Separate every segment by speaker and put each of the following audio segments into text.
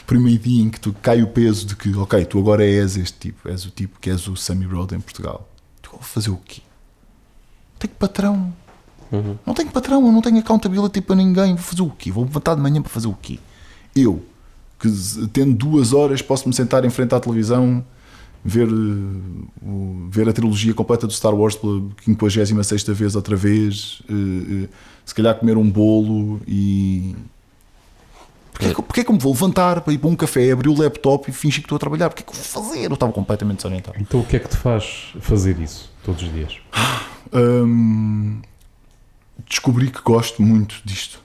Speaker 1: primeiro dia em que tu cai o peso de que, ok, tu agora és este tipo, és o tipo que és o Sammy Road em Portugal. Tu vou fazer o quê? Não tenho patrão. Não tenho patrão, eu não tenho accountability para ninguém. Vou fazer o quê? Vou levantar de manhã para fazer o quê? Eu, que tendo 2 horas, posso-me sentar em frente à televisão, ver a trilogia completa do Star Wars pela 56ª vez outra vez, se calhar comer um bolo e... Porquê é que eu me vou levantar para ir para um café, abrir o laptop e fingir que estou a trabalhar? Porquê é que eu vou fazer? Eu estava completamente desorientado.
Speaker 2: Então o que é que te faz fazer isso todos os dias?
Speaker 1: Descobri que gosto muito disto.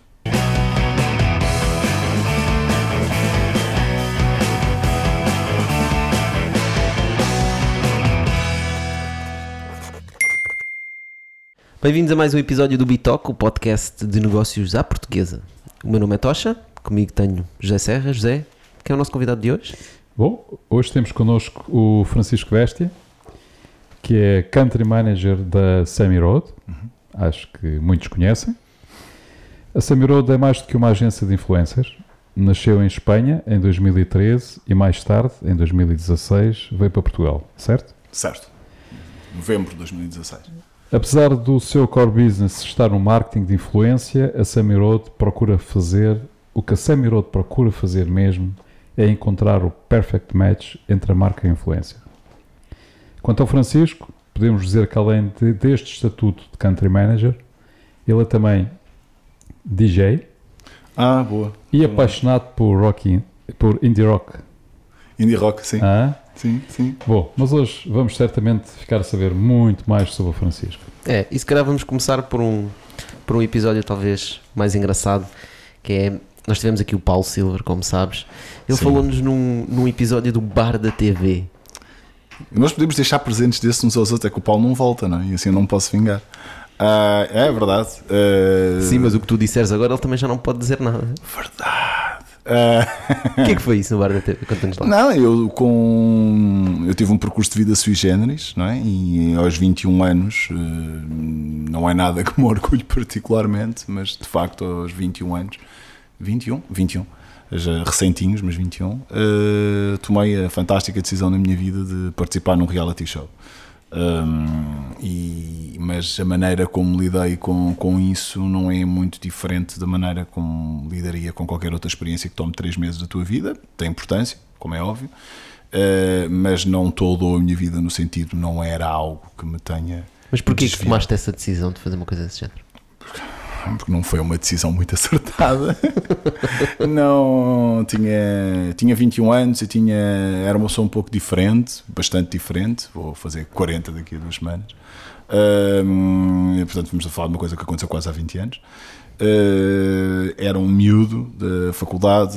Speaker 3: Bem-vindos a mais um episódio do Bitoc, o podcast de negócios à portuguesa. O meu nome é Tocha, comigo tenho José Serra. José, quem é o nosso convidado de hoje?
Speaker 2: Bom, hoje temos connosco o Francisco Bestia, que é Country Manager da Sammy Road. Acho que muitos conhecem. A Sammy Road é mais do que uma agência de influencers. Nasceu em Espanha em 2013 e mais tarde, em 2016, veio para Portugal, certo?
Speaker 1: Certo. Novembro de 2016.
Speaker 2: Apesar do seu core business estar no marketing de influência, a Sammy Road procura fazer o que a Sammy Road procura fazer mesmo, é encontrar o perfect match entre a marca e a influência. Quanto ao Francisco, podemos dizer que além deste estatuto de Country Manager, ele é também DJ
Speaker 1: Boa.
Speaker 2: E apaixonado por indie rock.
Speaker 1: Indie rock, sim. Sim.
Speaker 2: Bom, mas hoje vamos certamente ficar a saber muito mais sobre o Francisco.
Speaker 3: E se calhar vamos começar por um episódio talvez mais engraçado, que é, nós tivemos aqui o Paulo Silver, como sabes. Ele falou-nos num episódio do Bar da TV.
Speaker 1: Nós podemos deixar presentes desses uns aos outros, é que o Paulo não volta, não é? E assim eu não me posso vingar. É verdade.
Speaker 3: Sim, mas o que tu disseres agora ele também já não pode dizer nada.
Speaker 1: Verdade.
Speaker 3: O que é que foi isso no Bar da TV? Conta-nos lá.
Speaker 1: Não, eu tive um percurso de vida sui generis, não é? E aos 21 anos, não é nada que me orgulho particularmente, mas de facto aos 21 anos, 21, já recentinhos, mas 21, tomei a fantástica decisão na minha vida de participar num reality show. Mas a maneira como lidei com isso não é muito diferente da maneira como lidaria com qualquer outra experiência que tome 3 meses da tua vida. Tem importância, como é óbvio, mas não toda a minha vida, no sentido, não era algo que me tenha...
Speaker 3: Mas porquê que tomaste essa decisão de fazer uma coisa desse género?
Speaker 1: Porque não foi uma decisão muito acertada. Não, tinha 21 anos e era uma pessoa um pouco diferente, bastante diferente. Vou fazer 40 daqui a 2 semanas. Portanto, vamos a falar de uma coisa que aconteceu quase há 20 anos. Era um miúdo da faculdade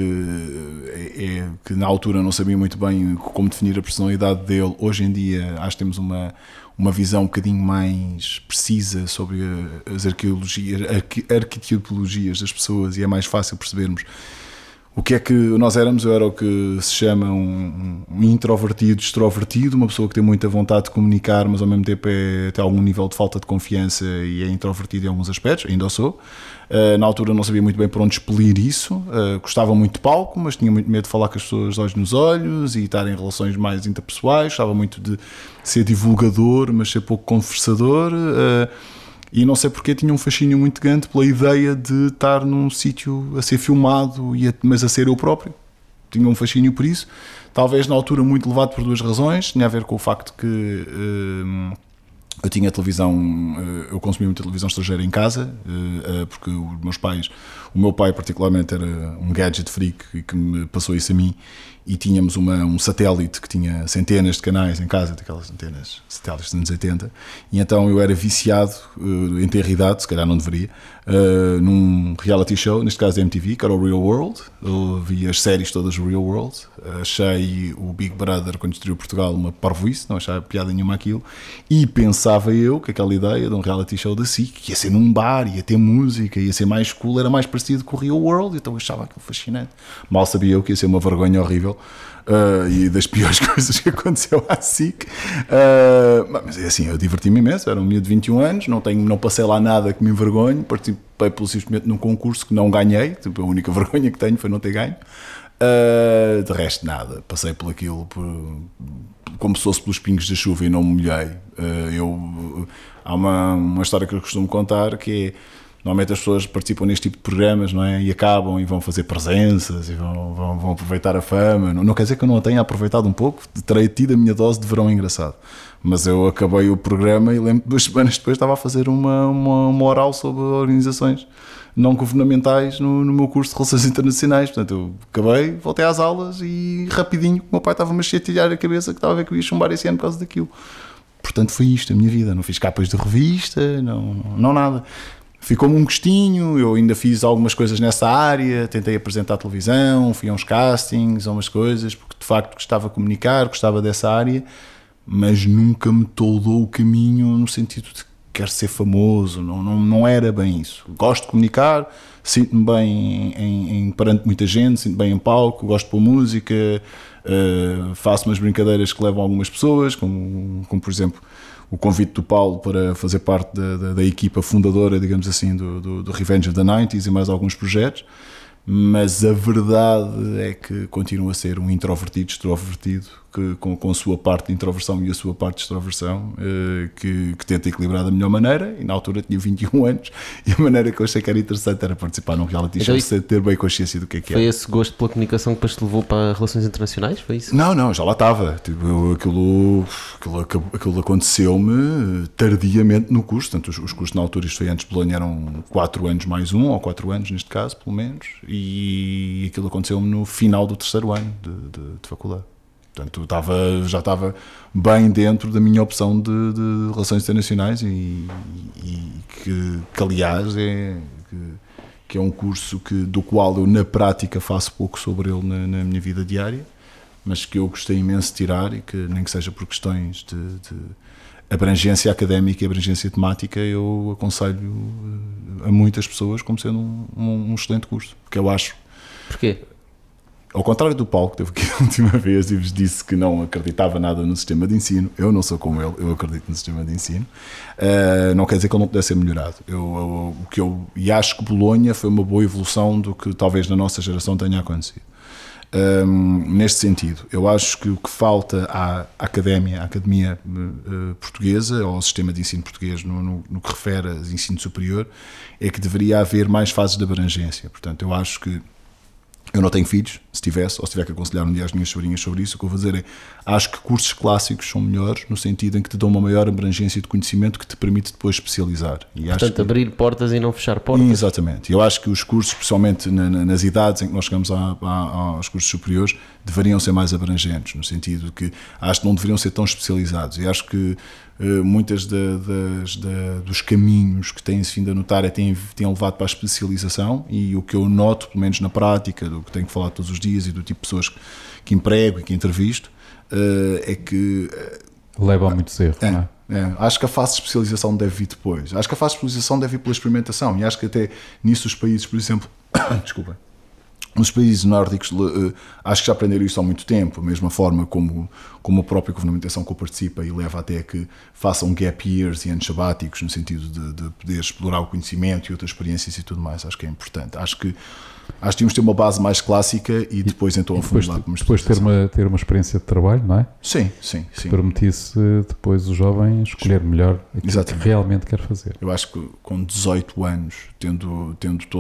Speaker 1: que na altura não sabia muito bem como definir a personalidade dele. Hoje em dia acho que temos uma visão um bocadinho mais precisa sobre as arquetipologias das pessoas, e é mais fácil percebermos o que é que nós éramos. Eu era o que se chama um introvertido, extrovertido, uma pessoa que tem muita vontade de comunicar, mas ao mesmo tempo tem algum nível de falta de confiança e é introvertido em alguns aspectos, ainda o sou. Na altura não sabia muito bem por onde expelir isso, gostava muito de palco, mas tinha muito medo de falar com as pessoas olhos nos olhos e estar em relações mais interpessoais, gostava muito de ser divulgador, mas ser pouco conversador. E não sei porque tinha um fascínio muito grande pela ideia de estar num sítio a ser filmado, mas a ser eu próprio. Tinha um fascínio por isso. Talvez na altura muito levado por 2 razões. Tinha a ver com o facto que eu tinha televisão, eu consumia muita televisão estrangeira em casa, porque o meu pai particularmente era um gadget freak e que me passou isso a mim. E tínhamos um satélite que tinha centenas de canais em casa, daquelas antenas satélites dos anos 80, e então eu era viciado em ter idade, se calhar não deveria, num reality show, neste caso da MTV, que era o Real World. Eu vi as séries todas do Real World, achei o Big Brother, quando estreou Portugal, uma parvoíce, não achava piada nenhuma aquilo, e pensava eu que aquela ideia de um reality show da SIC, que ia ser num bar, ia ter música, ia ser mais cool, era mais parecido com o Real World, então eu achava aquilo fascinante. Mal sabia eu que ia ser uma vergonha horrível. e das piores coisas que aconteceu à SIC. Mas é assim, eu diverti-me imenso, era um miúdo de 21 anos, não passei lá nada que me envergonhe, participei pelo simplesmente num concurso que não ganhei, tipo, a única vergonha que tenho foi não ter ganho. De resto nada, passei por aquilo como se fosse pelos pingos da chuva e não me molhei. Há uma história que eu costumo contar que é, normalmente as pessoas participam neste tipo de programas, não é? E acabam e vão fazer presenças e vão aproveitar a fama. Não quer dizer que eu não a tenha aproveitado um pouco, terei tido a minha dose de verão engraçado, mas eu acabei o programa e lembro que 2 semanas depois estava a fazer uma oral sobre organizações não governamentais no meu curso de Relações Internacionais. Portanto, eu acabei, voltei às aulas e rapidinho o meu pai estava-me a chatear a cabeça que estava a ver que eu ia chumbar esse ano por causa daquilo. Portanto, foi isto a minha vida. Não fiz capas de revista, não nada. Ficou-me um gostinho, eu ainda fiz algumas coisas nessa área, tentei apresentar à televisão, fui a uns castings, a umas coisas, porque de facto gostava de comunicar, gostava dessa área, mas nunca me toldou o caminho no sentido de quero ser famoso, não era bem isso. Gosto de comunicar, sinto-me bem perante muita gente, sinto-me bem em palco, gosto de pôr música, faço umas brincadeiras que levam algumas pessoas, como por exemplo o convite do Paulo para fazer parte da equipa fundadora, digamos assim, do Revenge of the 90s e mais alguns projetos, mas a verdade é que continua a ser um introvertido, extrovertido, com a sua parte de introversão e a sua parte de extroversão, que tenta equilibrar da melhor maneira. E na altura tinha 21 anos e a maneira que eu achei que era interessante era participar num reality show sem ter bem consciência do que é que era.
Speaker 3: Foi esse gosto pela comunicação que depois te levou para Relações Internacionais? Foi isso?
Speaker 1: Não, já lá estava. Tipo, aquilo aconteceu-me tardiamente no curso. Portanto, os cursos na altura, isto foi antes de Bolonha, eram 4 anos mais 1, ou 4 anos neste caso, pelo menos. E aquilo aconteceu-me no final do 3º ano de faculdade. Portanto, já estava bem dentro da minha opção de Relações Internacionais e que aliás que é um curso do qual eu na prática faço pouco sobre ele na minha vida diária, mas que eu gostei imenso de tirar e que nem que seja por questões de abrangência académica e abrangência temática, eu aconselho a muitas pessoas como sendo um excelente curso, porque eu acho.
Speaker 3: Porquê?
Speaker 1: Ao contrário do Paulo, que teve aqui a última vez e vos disse que não acreditava nada no sistema de ensino, eu não sou como ele, eu acredito no sistema de ensino. Não quer dizer que ele não pudesse ser melhorado. E acho que Bolonha foi uma boa evolução do que talvez na nossa geração tenha acontecido. Neste sentido, eu acho que o que falta à academia portuguesa, ou ao sistema de ensino português no que refere a ensino superior, é que deveria haver mais fases de abrangência. Portanto, eu acho que eu não tenho filhos, se tiver que aconselhar um dia às minhas sobrinhas sobre isso, o que eu vou dizer é, acho que cursos clássicos são melhores no sentido em que te dão uma maior abrangência de conhecimento que te permite depois especializar. E
Speaker 3: portanto, abrir portas e não fechar portas.
Speaker 1: Exatamente. Eu acho que os cursos, especialmente nas idades em que nós chegamos aos cursos superiores, deveriam ser mais abrangentes, no sentido que acho que não deveriam ser tão especializados. E acho que muitas dos caminhos que têm-se vindo a notar têm levado para a especialização, e o que eu noto, pelo menos na prática, do que tenho que falar todos os dias e do tipo de pessoas que emprego e que entrevisto, é que
Speaker 2: leva a muitos erros, não é?
Speaker 1: Acho que a fase de especialização deve vir depois. Acho que a fase de especialização deve vir pela experimentação, e acho que até nisso os países, por exemplo, desculpa, nos países nórdicos, acho que já aprenderam isso há muito tempo, a mesma forma como a própria governamentação que eu participa e leva até que façam gap years e anos sabáticos, no sentido de poder explorar o conhecimento e outras experiências e tudo mais. Acho que é importante. Acho que tínhamos de ter uma base mais clássica e depois então afundilar como
Speaker 2: depois ter uma experiência de trabalho, não é?
Speaker 1: Sim.
Speaker 2: Que permitisse depois o jovem escolher melhor aquilo que realmente quer fazer.
Speaker 1: Eu acho que com 18 anos, tendo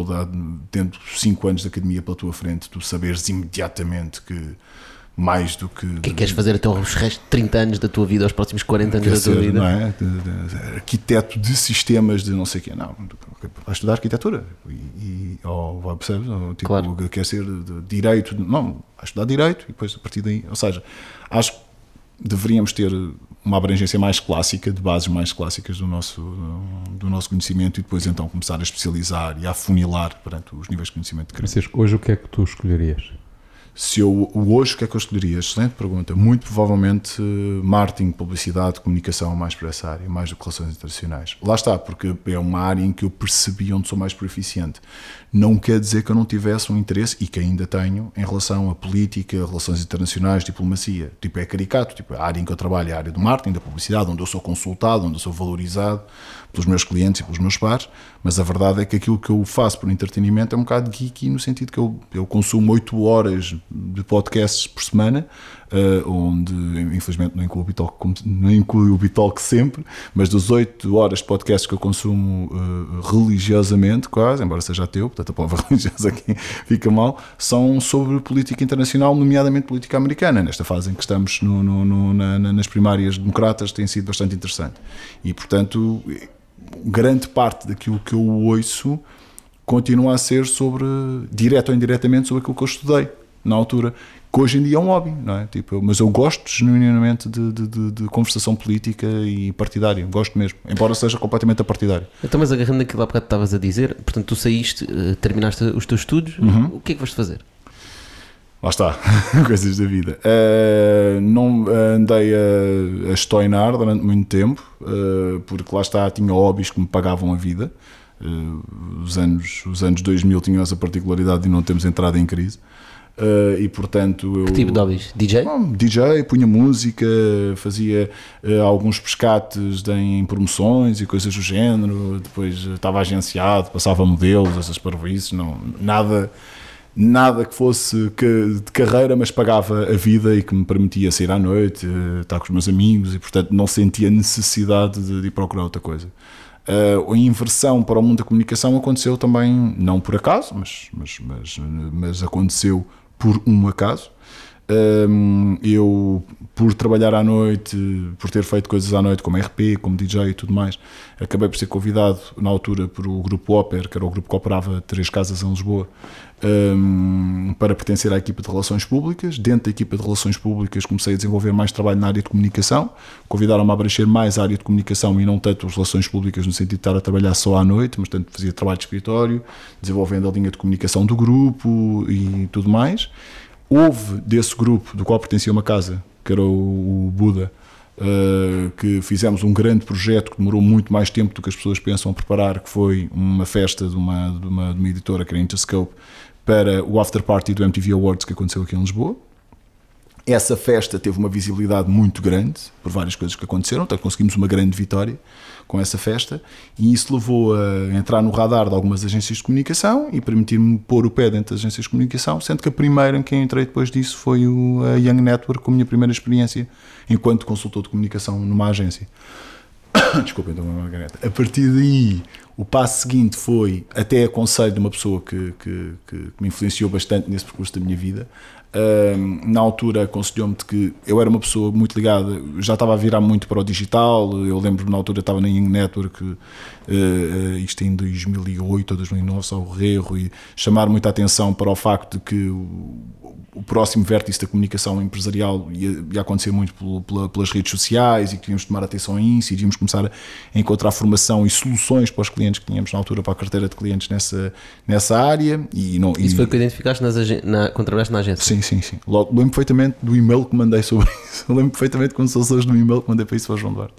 Speaker 1: 5 anos de academia pela tua frente, tu saberes imediatamente que mais do que...
Speaker 3: O que é que queres fazer até os restos de 30 anos da tua vida, aos próximos 40 anos da tua vida?
Speaker 1: Não é? Arquiteto de sistemas de não sei o quê. Não, vai estudar arquitetura. Ou percebes? Tipo, claro. Quer ser de direito. Não, vai estudar direito e depois a partir daí... Ou seja, acho que deveríamos ter uma abrangência mais clássica, de bases mais clássicas do nosso conhecimento, e depois então começar a especializar e a afunilar perante os níveis de conhecimento de cada.
Speaker 2: Francisco, hoje o que é que tu escolherias?
Speaker 1: Se eu hoje, o que é que eu escolheria? Excelente pergunta. Muito provavelmente marketing, publicidade, comunicação, mais para essa área, mais do que relações internacionais. Lá está, porque é uma área em que eu percebi onde sou mais proficiente. Não quer dizer que eu não tivesse um interesse, e que ainda tenho, em relação a política, relações internacionais, diplomacia. Tipo, é caricato. Tipo, a área em que eu trabalho é a área do marketing, da publicidade, onde eu sou consultado, onde eu sou valorizado pelos meus clientes e pelos meus pares, mas a verdade é que aquilo que eu faço por entretenimento é um bocado geeky, no sentido que eu consumo 8 horas de podcasts por semana, onde infelizmente não inclui o Bitalk sempre, mas das 8 horas de podcasts que eu consumo religiosamente, quase, embora seja ateu, portanto a palavra religiosa aqui fica mal, são sobre política internacional, nomeadamente política americana. Nesta fase em que estamos nas primárias democratas, tem sido bastante interessante. E portanto, grande parte daquilo que eu ouço continua a ser sobre, direto ou indiretamente, sobre aquilo que eu estudei na altura, que hoje em dia é um hobby, não é? Tipo, mas eu gosto genuinamente de conversação política e partidária, gosto mesmo, embora seja completamente apartidário.
Speaker 3: Então, mas agarrando aquilo há bocado que estavas a dizer, portanto tu saíste, terminaste os teus estudos, o que é que vais fazer?
Speaker 1: Lá está, coisas da vida. Não andei a estoinar durante muito tempo, porque lá está, tinha hobbies que me pagavam a vida. Os anos 2000 tinham essa particularidade de não termos entrado em crise. E portanto eu...
Speaker 3: Que tipo de hobbies? DJ?
Speaker 1: DJ, punha música, fazia alguns pescates em promoções e coisas do género. Depois estava agenciado, passava modelos, essas parvoíces, nada que fosse de carreira, mas pagava a vida e que me permitia sair à noite, estar com os meus amigos, e portanto não sentia necessidade de ir procurar outra coisa. A inversão para o mundo da comunicação aconteceu também, não por acaso, mas aconteceu por um acaso. Eu, por trabalhar à noite, por ter feito coisas à noite como RP, como DJ e tudo mais, acabei por ser convidado na altura por o Grupo Oper, que era o grupo que operava 3 casas em Lisboa, para pertencer à equipa de Relações Públicas. Dentro da equipa de Relações Públicas comecei a desenvolver mais trabalho na área de comunicação, convidaram-me a abranger mais a área de comunicação e não tanto as Relações Públicas no sentido de estar a trabalhar só à noite, mas tanto fazia trabalho de escritório, desenvolvendo a linha de comunicação do grupo e tudo mais. Houve desse grupo, do qual pertencia uma casa, que era o Buda, que fizemos um grande projeto que demorou muito mais tempo do que as pessoas pensam a preparar, que foi uma festa de uma editora, que era Interscope, para o after party do MTV Awards que aconteceu aqui em Lisboa. Essa festa teve uma visibilidade muito grande por várias coisas que aconteceram, então conseguimos uma grande vitória com essa festa, e isso levou a entrar no radar de algumas agências de comunicação e permitir-me pôr o pé dentro das agências de comunicação, sendo que a primeira em quem entrei depois disso foi a Young Network, com a minha primeira experiência enquanto consultor de comunicação numa agência. Desculpa, então, Margareta. A partir daí, o passo seguinte foi até aconselho de uma pessoa que me influenciou bastante nesse percurso da minha vida. Na altura aconselhou-me de que eu era uma pessoa muito ligada, já estava a virar muito para o digital. Eu lembro-me, na altura estava na Young Network, isto em 2008 ou 2009, só o erro, e chamar muita atenção para o facto de que o próximo vértice da comunicação empresarial ia acontecer muito pelas redes sociais, e que devíamos tomar atenção a isso e devíamos começar a encontrar formação e soluções para os clientes que tínhamos na altura, para a carteira de clientes nessa área. Isso
Speaker 3: foi o que identificaste quando trabalhaste na agência?
Speaker 1: Sim. Logo, lembro perfeitamente do e-mail que mandei sobre isso. Lembro perfeitamente quando sou hoje no e-mail que mandei para isso para o João Duarte.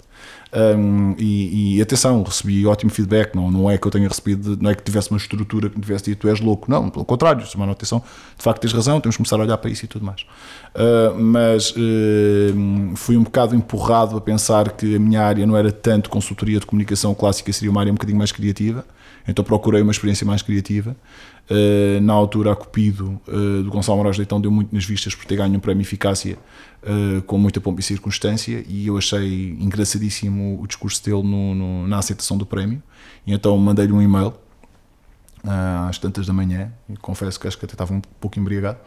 Speaker 1: E atenção, recebi ótimo feedback. Não é que eu tenha recebido, não é que tivesse uma estrutura que me tivesse dito tu és louco, não, pelo contrário, chamaram atenção, de facto tens razão, temos que começar a olhar para isso e tudo mais. Mas fui um bocado empurrado a pensar que a minha área não era tanto consultoria de comunicação clássica, seria uma área um bocadinho mais criativa, então procurei uma experiência mais criativa. Na altura, a Cupido do Gonçalo Moraes Leitão deu muito nas vistas por ter ganho um prémio Eficácia com muita pompa e circunstância, e eu achei engraçadíssimo o discurso dele na aceitação do prémio, e então mandei-lhe um e-mail às tantas da manhã, e confesso que acho que até estava um pouco embriagado,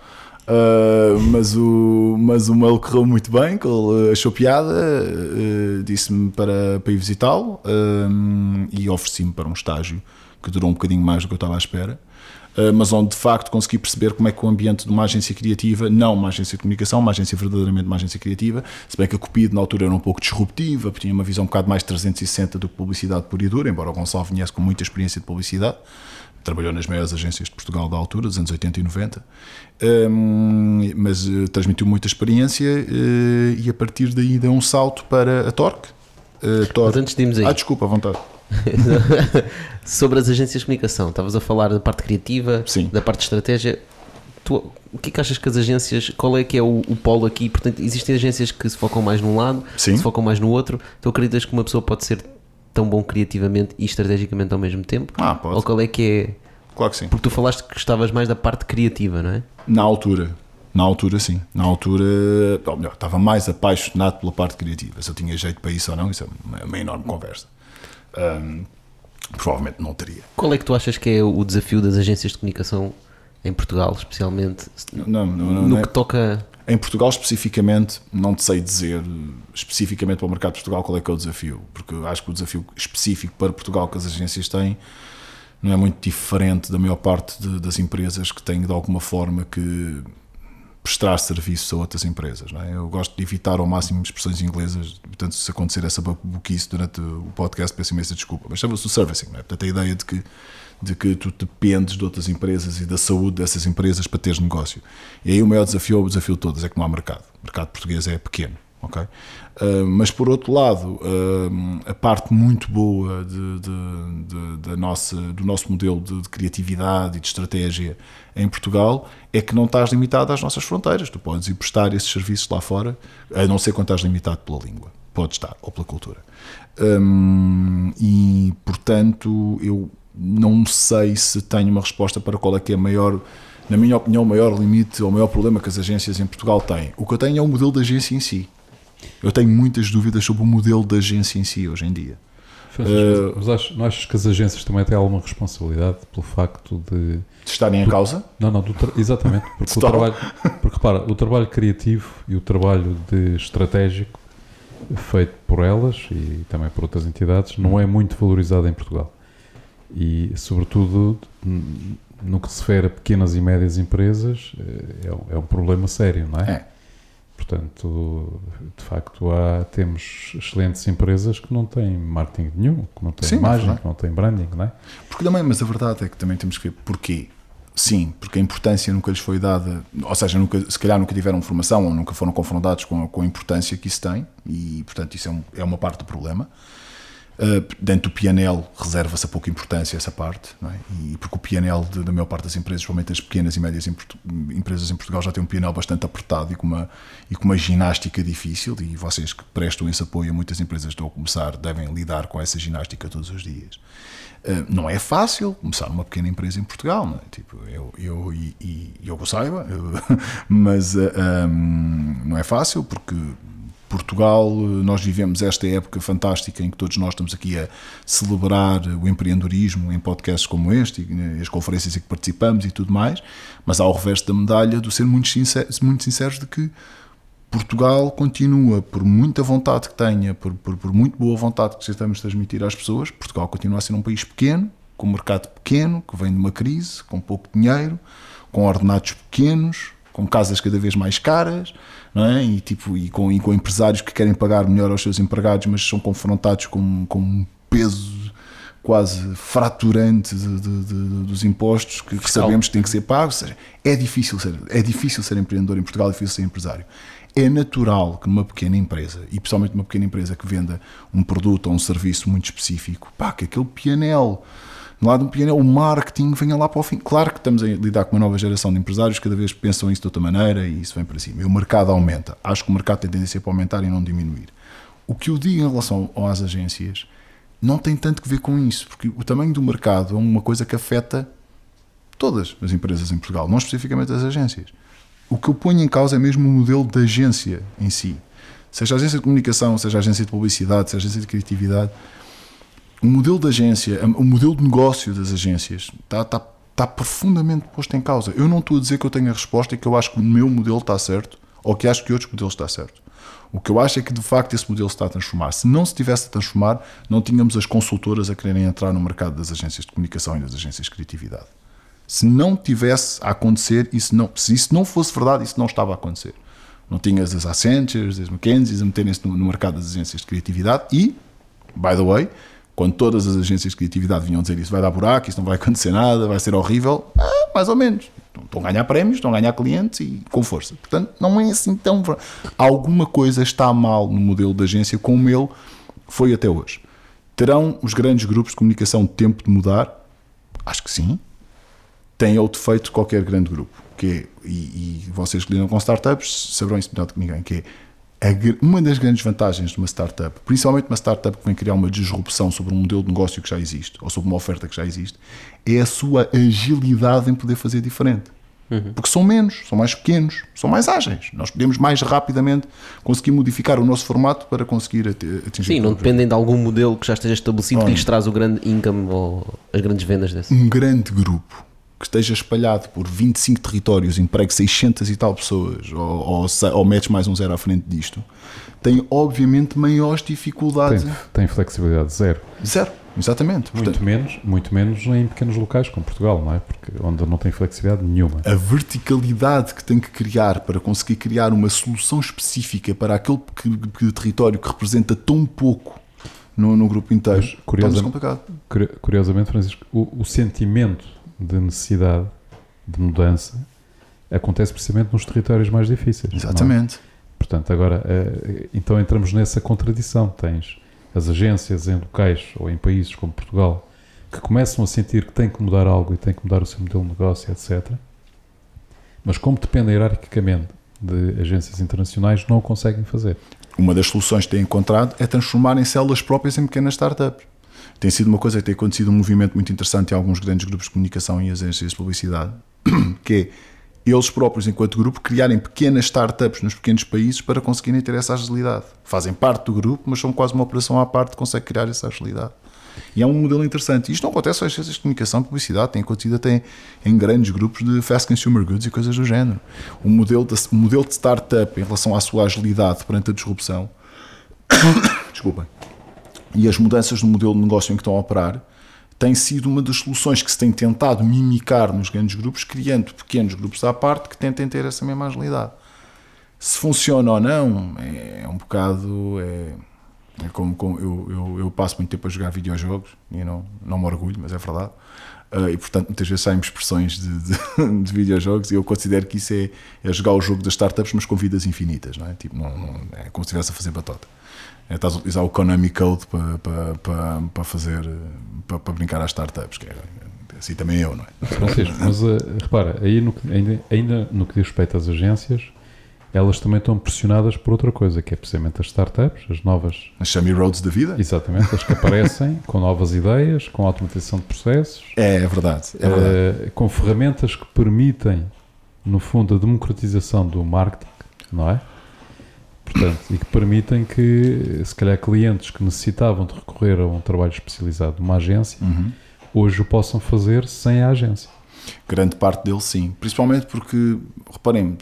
Speaker 1: mas o mail correu muito bem, que ele achou piada, disse-me para ir visitá-lo, e ofereci-me para um estágio que durou um bocadinho mais do que eu estava à espera, mas onde de facto consegui perceber como é que o ambiente de uma agência criativa, não uma agência de comunicação, uma agência verdadeiramente uma agência criativa, se bem que a Cupido na altura era um pouco disruptiva, porque tinha uma visão um bocado mais 360 do que publicidade pura e dura, embora o Gonçalo viesse com muita experiência de publicidade, trabalhou nas maiores agências de Portugal da altura, dos anos 80 e 90, mas transmitiu muita experiência e a partir daí deu um salto para a Torque.
Speaker 3: Mas antes de irmos aí,
Speaker 1: desculpa, à vontade.
Speaker 3: sobre as agências de comunicação, estavas a falar da parte criativa,
Speaker 1: Sim.
Speaker 3: da parte de estratégia. O que é que achas que as agências, qual é que é o polo aqui? Portanto, existem agências que se focam mais num lado,
Speaker 1: Sim.
Speaker 3: se focam mais no outro. Tu acreditas que uma pessoa pode ser tão bom criativamente e estrategicamente ao mesmo tempo?
Speaker 1: Pode.
Speaker 3: Ou qual é que é?
Speaker 1: Claro que sim.
Speaker 3: Porque tu falaste que gostavas mais da parte criativa, não é?
Speaker 1: Na altura, sim. Na altura, ou melhor, estava mais apaixonado pela parte criativa. Se eu tinha jeito para isso ou não, isso é uma enorme conversa. Provavelmente não teria.
Speaker 3: Qual é que tu achas que é o desafio das agências de comunicação em Portugal, especialmente no que toca...
Speaker 1: Em Portugal especificamente, não te sei dizer especificamente para o mercado de Portugal qual é que é o desafio, porque eu acho que o desafio específico para Portugal que as agências têm não é muito diferente da maior parte das empresas que têm de alguma forma que prestar serviços a outras empresas, não é? Eu gosto de evitar ao máximo expressões inglesas, portanto se acontecer essa babuquice durante o podcast peço imensa desculpa, mas chama-se o servicing, não é? Portanto a ideia de que tu dependes de outras empresas e da saúde dessas empresas para teres negócio. E aí o maior desafio, de todos, é que não há mercado. O mercado português é pequeno, ok? Mas por outro lado, a parte muito boa do nosso modelo de criatividade e de estratégia em Portugal é que não estás limitado às nossas fronteiras. Tu podes ir prestar esses serviços lá fora, a não ser quando estás limitado pela língua. Podes estar, ou pela cultura. E, portanto, eu não sei se tenho uma resposta para qual é que é maior, na minha opinião, o maior limite ou o maior problema que as agências em Portugal têm. O que eu tenho é o modelo da agência em si. Eu tenho muitas dúvidas sobre o modelo da agência em si hoje em dia.
Speaker 2: Mas não achas que as agências também têm alguma responsabilidade pelo facto de
Speaker 1: estarem em causa?
Speaker 2: Não, exatamente. Porque repara, o trabalho criativo e o trabalho de estratégico feito por elas e também por outras entidades não é muito valorizado em Portugal. E, sobretudo, no que se refere a pequenas e médias empresas, é um problema sério, não é? Portanto, de facto, temos excelentes empresas que não têm marketing nenhum, que não têm imagem, que não têm branding, não é?
Speaker 1: Mas a verdade é que também temos que ver porquê. Sim, porque a importância nunca lhes foi dada, ou seja, se calhar nunca tiveram formação ou nunca foram confrontados com a importância que isso tem e, portanto, isso é uma parte do problema. Dentro do P&L reserva-se a pouca importância essa parte, não é? E porque o P&L da maior parte das empresas, principalmente as pequenas e médias empresas em Portugal, já tem um P&L bastante apertado e com uma ginástica difícil, e vocês que prestam esse apoio a muitas empresas que estão a começar devem lidar com essa ginástica todos os dias. Não é fácil começar uma pequena empresa em Portugal, não é? Tipo, eu que saiba, mas não é fácil porque Portugal, nós vivemos esta época fantástica em que todos nós estamos aqui a celebrar o empreendedorismo em podcasts como este, e as conferências em que participamos e tudo mais, mas há o reverso da medalha de ser muito sinceros de que Portugal continua, por muita vontade que tenha, por muito boa vontade que estamos a transmitir às pessoas, Portugal continua a ser um país pequeno, com um mercado pequeno, que vem de uma crise, com pouco dinheiro, com ordenados pequenos, com casas cada vez mais caras, não é? E com empresários que querem pagar melhor aos seus empregados, mas são confrontados com um peso quase fraturante dos impostos que sabemos que têm que ser pagos. Ou seja, é difícil ser empreendedor em Portugal, é difícil ser empresário. É natural que numa pequena empresa, e principalmente numa pequena empresa que venda um produto ou um serviço muito específico, que aquele PNL, do lado do PNL, o marketing venha lá para o fim. Claro que estamos a lidar com uma nova geração de empresários que cada vez pensam isso de outra maneira e isso vem para cima. E o mercado aumenta. Acho que o mercado tem tendência para aumentar e não diminuir. O que eu digo em relação às agências não tem tanto que ver com isso, porque o tamanho do mercado é uma coisa que afeta todas as empresas em Portugal, não especificamente as agências. O que eu ponho em causa é mesmo o modelo da agência em si. Seja a agência de comunicação, seja a agência de publicidade, seja a agência de criatividade, o modelo da agência, o modelo de negócio das agências está profundamente posto em causa. Eu não estou a dizer que eu tenho a resposta e que eu acho que o meu modelo está certo ou que acho que outros modelos está certo. O que eu acho é que de facto esse modelo se está a transformar. Se não se tivesse a transformar, não tínhamos as consultoras a quererem entrar no mercado das agências de comunicação e das agências de criatividade. Se não tivesse a acontecer, se isso não fosse verdade, isso não estava a acontecer. Não tinhas as Accentures, as McKinsey a meterem-se no mercado das agências de criatividade e, by the way, Quando todas as agências de criatividade vinham dizer isso vai dar buraco, isso não vai acontecer nada, vai ser horrível, mais ou menos. Estão a ganhar prémios, estão a ganhar clientes e com força. Portanto, não é assim tão... Alguma coisa está mal no modelo da agência como ele foi até hoje. Terão os grandes grupos de comunicação tempo de mudar? Acho que sim. Tem outro defeito de qualquer grande grupo, que é, e vocês que lidam com startups saberão isso melhor do que ninguém, que é uma das grandes vantagens de uma startup, principalmente uma startup que vem criar uma disrupção sobre um modelo de negócio que já existe, ou sobre uma oferta que já existe, é a sua agilidade em poder fazer diferente. Porque são menos, são mais pequenos, são mais ágeis. Nós podemos mais rapidamente conseguir modificar o nosso formato para conseguir atingir.
Speaker 3: Sim, não dependem de algum modelo que já esteja estabelecido que lhes traz o grande income ou as grandes vendas desse.
Speaker 1: Um grande grupo que esteja espalhado por 25 territórios, empregue 600 e tal pessoas, ou metes mais um zero à frente disto, tem obviamente maiores dificuldades.
Speaker 2: Tem flexibilidade zero.
Speaker 1: Zero, exatamente.
Speaker 2: Muito menos em pequenos locais como Portugal, não é? Porque onde não tem flexibilidade nenhuma.
Speaker 1: A verticalidade que tem que criar para conseguir criar uma solução específica para aquele território que representa tão pouco no grupo inteiro, é complicado.
Speaker 2: Curiosamente, Francisco, o sentimento de necessidade de mudança acontece precisamente nos territórios mais difíceis.
Speaker 1: Exatamente.
Speaker 2: Não é? Portanto, agora, então entramos nessa contradição. Tens as agências em locais ou em países como Portugal que começam a sentir que têm que mudar algo e têm que mudar o seu modelo de negócio, etc. Mas como dependem hierarquicamente de agências internacionais, não o conseguem fazer.
Speaker 1: Uma das soluções que têm encontrado é transformarem células próprias em pequenas startups. Tem sido uma coisa que tem acontecido um movimento muito interessante em alguns grandes grupos de comunicação e agências de publicidade, que é eles próprios, enquanto grupo, criarem pequenas startups nos pequenos países para conseguirem ter essa agilidade. Fazem parte do grupo, mas são quase uma operação à parte que consegue criar essa agilidade. E é um modelo interessante. Isto não acontece às agências de comunicação e publicidade, tem acontecido até em grandes grupos de fast consumer goods e coisas do género. O modelo de startup em relação à sua agilidade perante a disrupção desculpem, e as mudanças no modelo de negócio em que estão a operar tem sido uma das soluções que se tem tentado mimicar nos grandes grupos, criando pequenos grupos à parte que tentem ter essa mesma agilidade. Se funciona ou não, é um bocado... É como eu passo muito tempo a jogar videojogos e não me orgulho, mas é verdade. E portanto muitas vezes saem expressões de videojogos e eu considero que isso é jogar o jogo das startups, mas com vidas infinitas, não é? Tipo, é como se estivesse a fazer batota. Estás a utilizar o Konami Code para fazer, para brincar às startups, que é assim também eu, não é?
Speaker 2: Francisco, mas repara, aí ainda no que diz respeito às agências, elas também estão pressionadas por outra coisa, que é precisamente as startups, as novas...
Speaker 1: As Sammy Roads da vida?
Speaker 2: Exatamente, as que aparecem com novas ideias, com automatização de processos.
Speaker 1: É verdade. É verdade.
Speaker 2: Com ferramentas que permitem, no fundo, a democratização do marketing, não é? Portanto, e que permitem que, se calhar, clientes que necessitavam de recorrer a um trabalho especializado de uma agência, hoje o possam fazer sem a agência.
Speaker 1: Grande parte deles, sim. Principalmente porque, reparemos,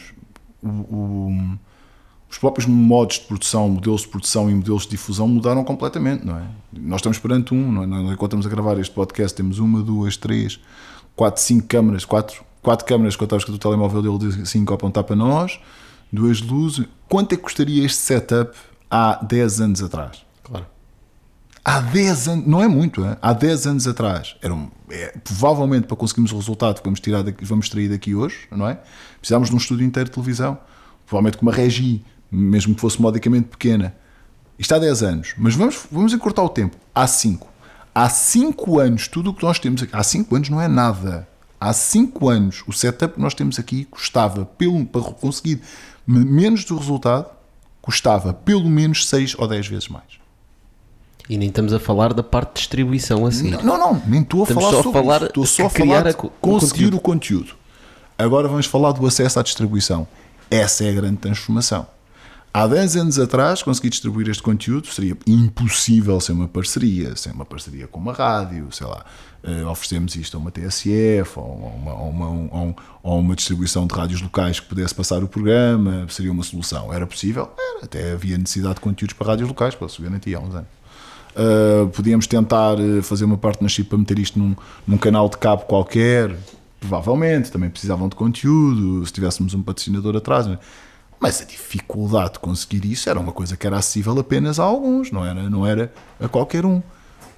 Speaker 1: os próprios modos de produção, modelos de produção e modelos de difusão mudaram completamente, não é? Nós estamos perante enquanto estamos a gravar este podcast, temos 1, 2, 3, 4, 5 câmaras, 4 câmaras que eu o telemóvel dele diz 5 a apontar para nós, 2 luzes. Quanto é que custaria este setup há 10 anos atrás?
Speaker 3: Claro.
Speaker 1: Há 10 anos, não é muito, é? Há 10 anos atrás, provavelmente para conseguirmos o resultado que vamos extrair daqui hoje, não é? Precisávamos de um estúdio inteiro de televisão, provavelmente com uma regi, mesmo que fosse modicamente pequena. Isto há 10 anos, mas vamos encurtar o tempo. Há 5. Há 5 anos, tudo o que nós temos aqui, há 5 anos não é nada. Há 5 anos, o setup que nós temos aqui custava, para conseguir menos do resultado, custava pelo menos 6 ou 10 vezes mais.
Speaker 3: E nem estamos a falar da parte de distribuição assim.
Speaker 1: Não, nem estou a falar sobre isso. Estou só a falar de conseguir o conteúdo. Agora vamos falar do acesso à distribuição. Essa é a grande transformação. Há 10 anos atrás, conseguir distribuir este conteúdo seria impossível sem uma parceria com uma rádio, sei lá, oferecemos isto a uma TSF ou uma distribuição de rádios locais que pudesse passar o programa, seria uma solução. Era possível? Era. Até havia necessidade de conteúdos para rádios locais, para se garantir há uns anos. Podíamos tentar fazer uma partnership para meter isto num canal de cabo qualquer, provavelmente, também precisavam de conteúdo, se tivéssemos um patrocinador atrás, mas a dificuldade de conseguir isso era uma coisa que era acessível apenas a alguns, não era a qualquer um.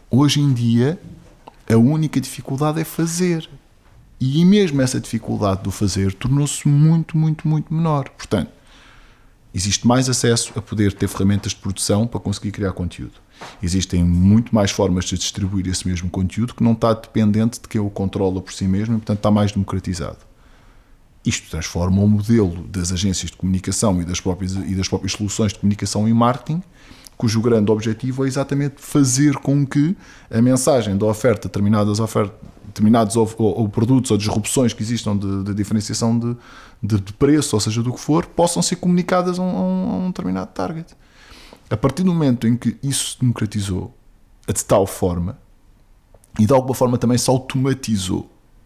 Speaker 1: Hoje em dia, a única dificuldade é fazer. E mesmo essa dificuldade do fazer tornou-se muito, muito, muito menor. Portanto, existe mais acesso a poder ter ferramentas de produção para conseguir criar conteúdo. Existem muito mais formas de distribuir esse mesmo conteúdo que não está dependente de quem o controla por si mesmo e, portanto, está mais democratizado. Isto transforma o modelo das agências de comunicação e das próprias soluções de comunicação e marketing, cujo grande objetivo é exatamente fazer com que a mensagem da oferta, determinados ou produtos ou disrupções que existam de diferenciação de preço, ou seja, do que for, possam ser comunicadas a um determinado target. A partir do momento em que isso se democratizou de tal forma e de alguma forma também se automatizou,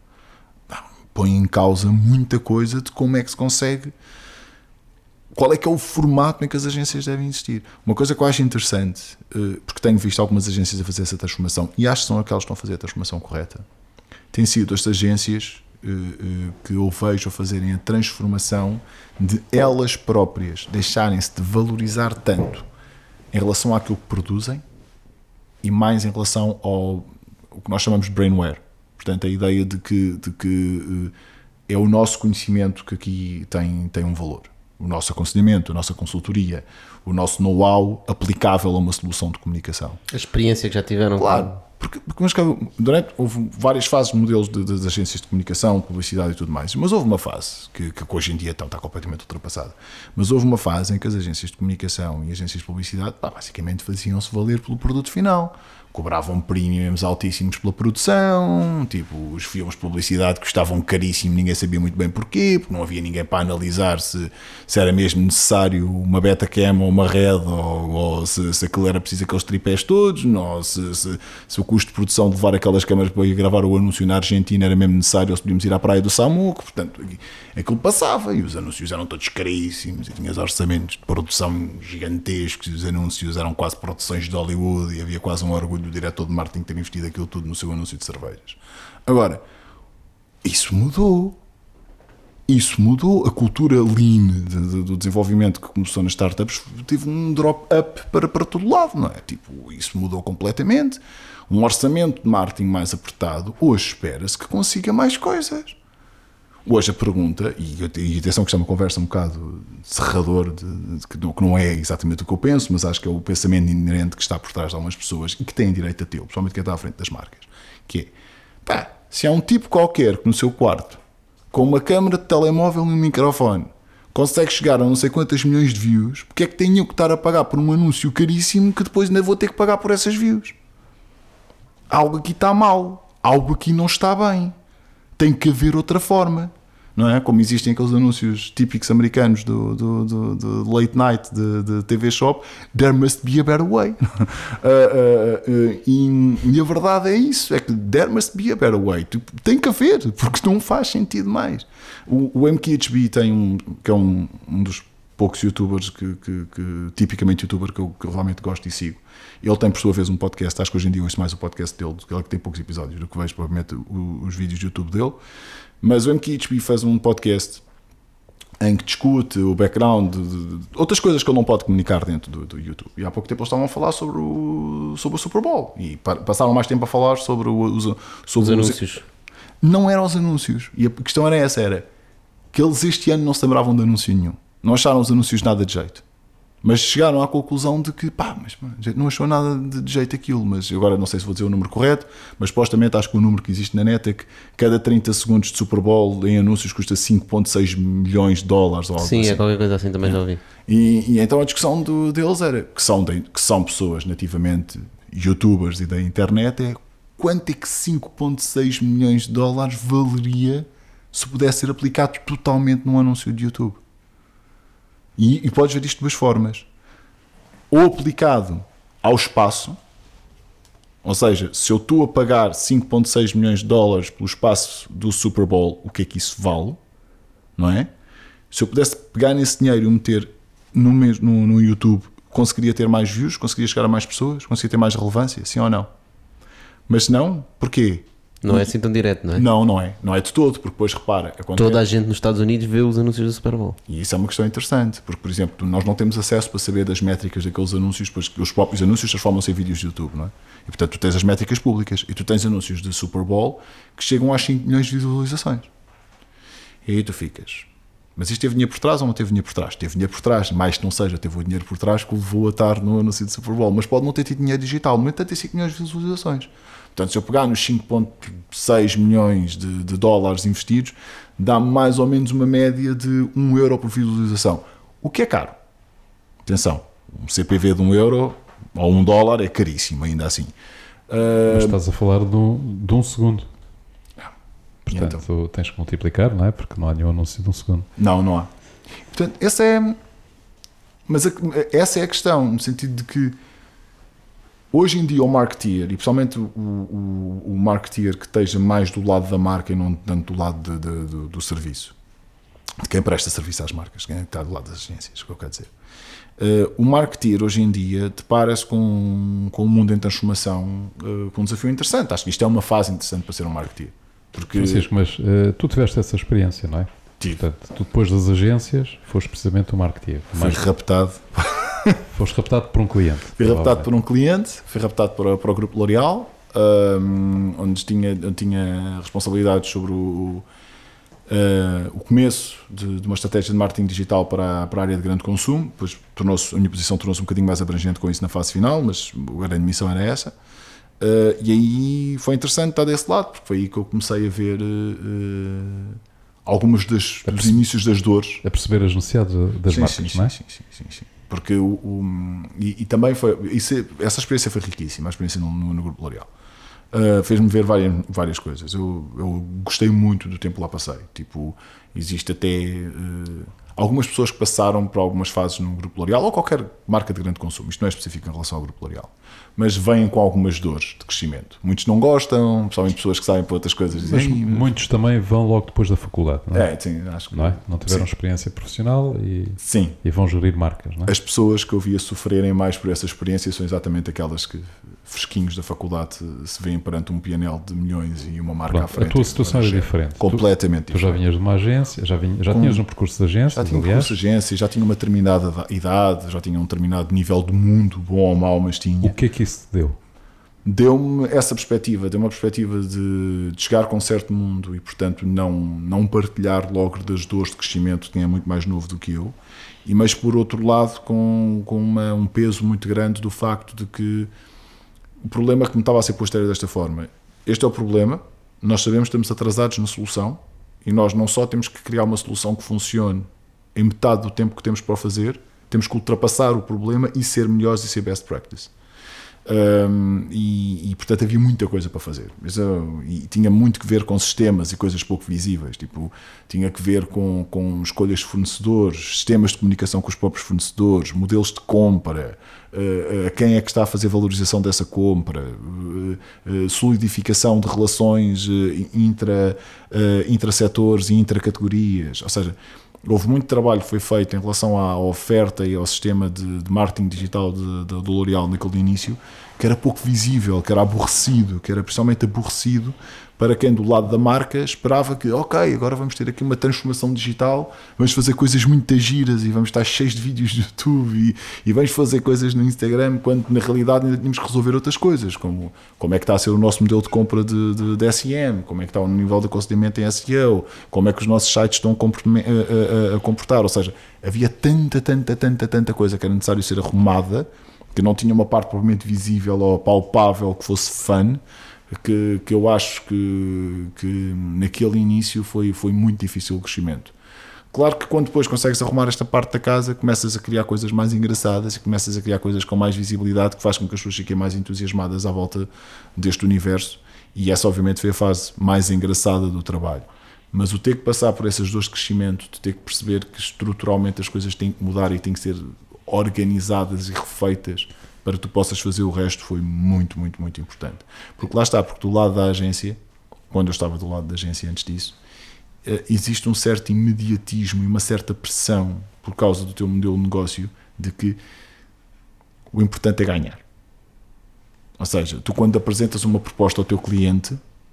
Speaker 1: põe em causa muita coisa de como é que se consegue, qual é que é o formato em que as agências devem existir. Uma coisa que eu acho interessante, porque tenho visto algumas agências a fazer essa transformação e acho que são aquelas que estão a fazer a transformação correta, têm sido as agências que eu vejo a fazerem a transformação de elas próprias deixarem-se de valorizar tanto em relação àquilo que produzem e mais em relação ao que nós chamamos de brainware. Portanto, a ideia de que é o nosso conhecimento que aqui tem um valor. O nosso aconselhamento, a nossa consultoria, o nosso know-how aplicável a uma solução de comunicação.
Speaker 3: A experiência que já tiveram.
Speaker 1: Claro, porque houve várias fases de modelos das agências de comunicação, publicidade e tudo mais, mas houve uma fase que hoje em dia está completamente ultrapassada, mas houve uma fase em que as agências de comunicação e agências de publicidade basicamente faziam-se valer pelo produto final. Cobravam premiums altíssimos pela produção, tipo, os filmes de publicidade custavam caríssimo, ninguém sabia muito bem porquê, porque não havia ninguém para analisar se era mesmo necessário uma Betacam ou uma Red, ou se aquilo era preciso aqueles tripés todos, ou se o custo de produção de levar aquelas câmaras para ir gravar o anúncio na Argentina era mesmo necessário, ou se podíamos ir à praia do Samuco. Portanto, aquilo passava, e os anúncios eram todos caríssimos, e tinhas orçamentos de produção gigantescos, e os anúncios eram quase produções de Hollywood, e havia quase um orgulho do diretor de marketing ter investido aquilo tudo no seu anúncio de cervejas. Agora, isso mudou. A cultura lean do desenvolvimento que começou nas startups teve um drop-up para todo lado, não é? Tipo, isso mudou completamente. Um orçamento de marketing mais apertado, hoje espera-se que consiga mais coisas. Hoje a pergunta, e atenção que isto é uma conversa um bocado serrador, que não é exatamente o que eu penso, mas acho que é o pensamento inerente que está por trás de algumas pessoas e que têm direito a tê-lo, principalmente quem está à frente das marcas, que é, se há um tipo qualquer que no seu quarto, com uma câmara de telemóvel e um microfone, consegue chegar a não sei quantas milhões de views, porque é que tenho que estar a pagar por um anúncio caríssimo que depois ainda vou ter que pagar por essas views? Algo aqui está mal, algo aqui não está bem. Tem que haver outra forma, não é? Como existem aqueles anúncios típicos americanos do late night de TV Shop, there must be a better way. E a verdade é isso, é que there must be a better way. Tem que haver, porque não faz sentido mais. O MKHB tem que é um dos poucos youtubers que tipicamente youtuber que eu realmente gosto e sigo. Ele tem por sua vez um podcast, acho que hoje em dia ouço mais o podcast dele, ele que tem poucos episódios do que vejo provavelmente os vídeos do YouTube dele, mas o MKHB faz um podcast em que discute o background de outras coisas que ele não pode comunicar dentro do YouTube. E há pouco tempo eles estavam a falar sobre o Super Bowl e passaram mais tempo a falar sobre os
Speaker 3: anúncios.
Speaker 1: Não eram os anúncios, e a questão era essa, era que eles este ano não se lembravam de anúncio nenhum, não acharam os anúncios nada de jeito. Mas chegaram à conclusão de que, mas não achou nada de jeito aquilo. Mas agora não sei se vou dizer o número correto, mas supostamente acho que o número que existe na net é que cada 30 segundos de Super Bowl em anúncios custa 5,6 milhões de dólares. Ou algo
Speaker 3: Sim,
Speaker 1: assim.
Speaker 3: É qualquer coisa assim, também já ouvi.
Speaker 1: E então a discussão deles era, que são pessoas nativamente youtubers e da internet, é quanto é que 5,6 milhões de dólares valeria se pudesse ser aplicado totalmente num anúncio de YouTube. E podes ver isto de duas formas. Ou aplicado ao espaço, ou seja, se eu estou a pagar 5,6 milhões de dólares pelo espaço do Super Bowl, o que é que isso vale? Não é? Se eu pudesse pegar nesse dinheiro e o meter no YouTube, conseguiria ter mais views, conseguiria chegar a mais pessoas, conseguiria ter mais relevância, sim ou não? Mas se não, porquê?
Speaker 3: Não é assim tão direto, não é?
Speaker 1: Não é de todo, porque depois repara.
Speaker 3: Toda a gente nos Estados Unidos vê os anúncios do Super Bowl.
Speaker 1: E isso é uma questão interessante, porque, por exemplo, nós não temos acesso para saber das métricas daqueles anúncios, pois os próprios anúncios transformam-se em vídeos de YouTube, não é? E portanto tu tens as métricas públicas e tu tens anúncios de Super Bowl que chegam às 5 milhões de visualizações. E aí tu ficas, mas isto teve dinheiro por trás ou não teve dinheiro por trás? Teve dinheiro por trás, mais que não seja, teve o dinheiro por trás que o levou a estar no anúncio de Super Bowl, mas pode não ter tido dinheiro digital, no entanto tem 5 milhões de visualizações. Portanto, se eu pegar nos 5,6 milhões de dólares investidos, dá mais ou menos uma média de 1 euro por visualização. O que é caro. Atenção, um CPV de 1 euro ou 1 dólar é caríssimo, ainda assim.
Speaker 2: Mas estás a falar de um segundo. Portanto,
Speaker 1: então,
Speaker 2: tens que multiplicar, não é? Porque não há nenhum anúncio de 1 segundo.
Speaker 1: Não há. Portanto, essa é a questão, no sentido de que hoje em dia o marketeer, e principalmente o marketeer que esteja mais do lado da marca e não tanto do lado do serviço, de quem presta serviço às marcas, quem está do lado das agências, o que eu quero dizer. O marketeer hoje em dia depara-se com um mundo em transformação, com um desafio interessante. Acho que isto é uma fase interessante para ser um marketeer. Porque...
Speaker 2: Francisco, mas tu tiveste essa experiência, não é?
Speaker 1: Tive.
Speaker 2: Portanto, tu depois das agências foste precisamente um marketeer.
Speaker 1: Fui raptado.
Speaker 2: Foste raptado por um cliente.
Speaker 1: Fui raptado por um cliente, fui raptado para o Grupo L'Oréal, onde tinha responsabilidades sobre o começo de uma estratégia de marketing digital para a área de grande consumo. Depois a minha posição tornou-se um bocadinho mais abrangente com isso na fase final, mas a grande missão era essa. E aí foi interessante estar desse lado, porque foi aí que eu comecei a ver algumas dos inícios das dores. A
Speaker 2: perceber as necessidades das marcas, não é?
Speaker 1: Sim. Porque e também foi essa experiência foi riquíssima, a experiência no Grupo L'Oréal. Fez-me ver várias coisas. Eu gostei muito do tempo lá passei. Tipo, existe até algumas pessoas que passaram por algumas fases no Grupo L'Oréal ou qualquer marca de grande consumo. Isto não é específico em relação ao Grupo L'Oréal, mas vêm com algumas dores de crescimento. Muitos não gostam, principalmente pessoas que saem para outras coisas.
Speaker 2: Mas muitos também vão logo depois da faculdade, não é?
Speaker 1: Sim, acho que
Speaker 2: não é? Não tiveram experiência profissional e vão gerir marcas, não é?
Speaker 1: As pessoas que eu via sofrerem mais por essa experiência são exatamente aquelas que, fresquinhos da faculdade, se veem perante um PNL de milhões e uma marca à frente.
Speaker 2: A tua situação era diferente.
Speaker 1: Completamente
Speaker 2: diferente. Tu já vinhas de uma agência, já tinhas um percurso de agência,
Speaker 1: já tinha um percurso de agência, já tinha uma determinada idade, já tinha um determinado nível de mundo, bom ou mau, mas tinha.
Speaker 2: O que é que isso te deu?
Speaker 1: Deu-me essa perspectiva, deu-me a perspectiva de chegar com um certo mundo e, portanto, não partilhar logo das dores de crescimento de quem é muito mais novo do que eu, mas, por outro lado, com um peso muito grande do facto de que o problema que me estava a ser posto era desta forma. Este é o problema, nós sabemos que estamos atrasados na solução e nós não só temos que criar uma solução que funcione em metade do tempo que temos para o fazer, temos que ultrapassar o problema e ser melhores e ser best practice. Portanto havia muita coisa para fazer, e tinha muito que ver com sistemas e coisas pouco visíveis, tipo, tinha que ver com escolhas de fornecedores, sistemas de comunicação com os próprios fornecedores, modelos de compra, quem é que está a fazer valorização dessa compra, solidificação de relações intrasetores e intracategorias, ou seja, houve muito trabalho que foi feito em relação à oferta e ao sistema de marketing digital do L'Oréal naquele início, que era pouco visível, que era aborrecido, que era principalmente aborrecido para quem do lado da marca esperava que, ok, agora vamos ter aqui uma transformação digital, vamos fazer coisas muito giras e vamos estar cheios de vídeos do YouTube e vamos fazer coisas no Instagram, quando na realidade ainda tínhamos que resolver outras coisas, como é que está a ser o nosso modelo de compra de SEM, como é que está o nível de aconselhamento em SEO, como é que os nossos sites estão a comportar, ou seja, havia tanta coisa que era necessário ser arrumada, que não tinha uma parte propriamente visível ou palpável que fosse fun, que eu acho que naquele início foi muito difícil o crescimento. Claro que quando depois consegues arrumar esta parte da casa, começas a criar coisas mais engraçadas e começas a criar coisas com mais visibilidade, que faz com que as pessoas fiquem mais entusiasmadas à volta deste universo, e essa obviamente foi a fase mais engraçada do trabalho. Mas o ter que passar por essas dores de crescimento, de ter que perceber que estruturalmente as coisas têm que mudar e têm que ser organizadas e refeitas para que tu possas fazer o resto, foi muito importante. Porque lá está, porque do lado da agência, quando eu estava do lado da agência antes disso, existe um certo imediatismo e uma certa pressão por causa do teu modelo de negócio de que o importante é ganhar. Ou seja, tu quando apresentas uma proposta ao teu cliente,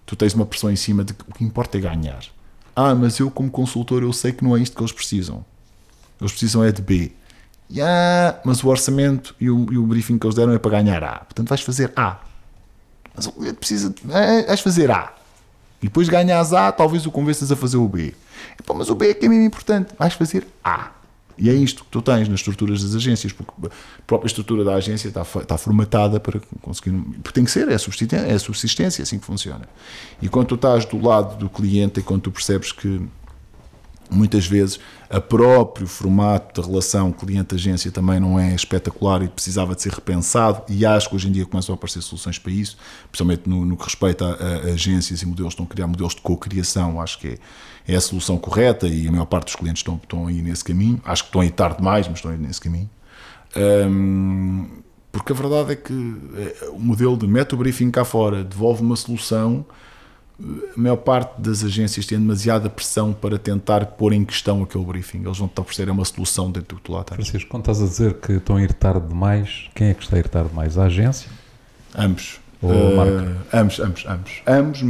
Speaker 1: tu tens uma pressão em cima de que o que importa é ganhar. Mas eu como consultor eu sei que não é isto que eles precisam. Eles precisam é de B. Mas o orçamento e o briefing que eles deram é para ganhar A. Portanto vais fazer A. Mas o cliente precisa... vais fazer A. E depois ganhas A, talvez o convenças a fazer o B. Mas o B é que é mesmo importante. Vais fazer A. E é isto que tu tens nas estruturas das agências, porque a própria estrutura da agência está formatada para conseguir... Porque tem que ser, é a subsistência, assim que funciona. E quando tu estás do lado do cliente e quando tu percebes que muitas vezes o próprio formato da relação cliente-agência também não é espetacular e precisava de ser repensado, e acho que hoje em dia começam a aparecer soluções para isso, principalmente no que respeita a agências e modelos, estão a criar modelos de co-criação. Acho que é a solução correta e a maior parte dos clientes estão aí nesse caminho. Acho que estão aí tarde demais, mas estão aí nesse caminho. Porque a verdade é que o modelo de mete o briefing cá fora, devolve uma solução. A maior parte das agências tem demasiada pressão para tentar pôr em questão aquele briefing. Eles não estão a oferecer uma solução dentro do que tu lá tens.
Speaker 2: Francisco, quando estás a dizer que estão a ir tarde demais, quem é que está a ir tarde demais? A agência?
Speaker 1: Ambos.
Speaker 2: Ou a marca?
Speaker 1: Ambos,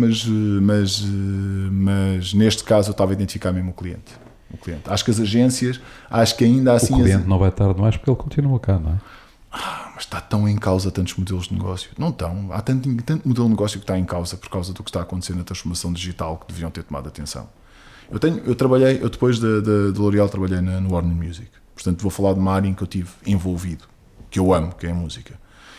Speaker 1: mas neste caso eu estava a identificar mesmo o cliente. Acho que as agências, acho que ainda assim...
Speaker 2: O cliente não vai tarde demais porque ele continua cá, não é?
Speaker 1: Mas está tão em causa tantos modelos de negócio. Não estão. Há tanto modelo de negócio que está em causa por causa do que está a acontecer na transformação digital que deviam ter tomado atenção. Eu depois da L'Oréal trabalhei na Warner Music. Portanto, vou falar de uma área em que eu estive envolvido, que eu amo, que é a música.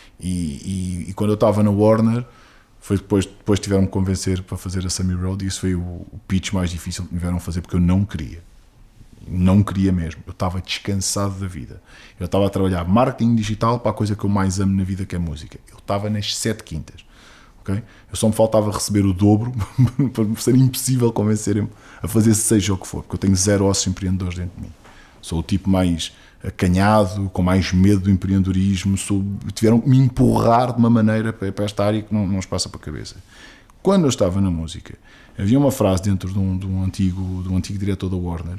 Speaker 1: E quando eu estava na Warner, foi depois tiveram-me convencer para fazer a Sammy Road, e isso foi o pitch mais difícil que me tiveram a fazer, porque eu não queria. Não queria mesmo. Eu estava descansado da vida. Eu estava a trabalhar marketing digital para a coisa que eu mais amo na vida, que é música. Eu estava nas 7 quintas. Okay? Eu só me faltava receber o dobro para ser impossível convencerem-me a fazer seja o que for, porque eu tenho zero ossos empreendedores dentro de mim. Sou o tipo mais acanhado, com mais medo do empreendedorismo. Tiveram que me empurrar de uma maneira para esta área que não nos passa para a cabeça. Quando eu estava na música, havia uma frase dentro de um antigo diretor da Warner,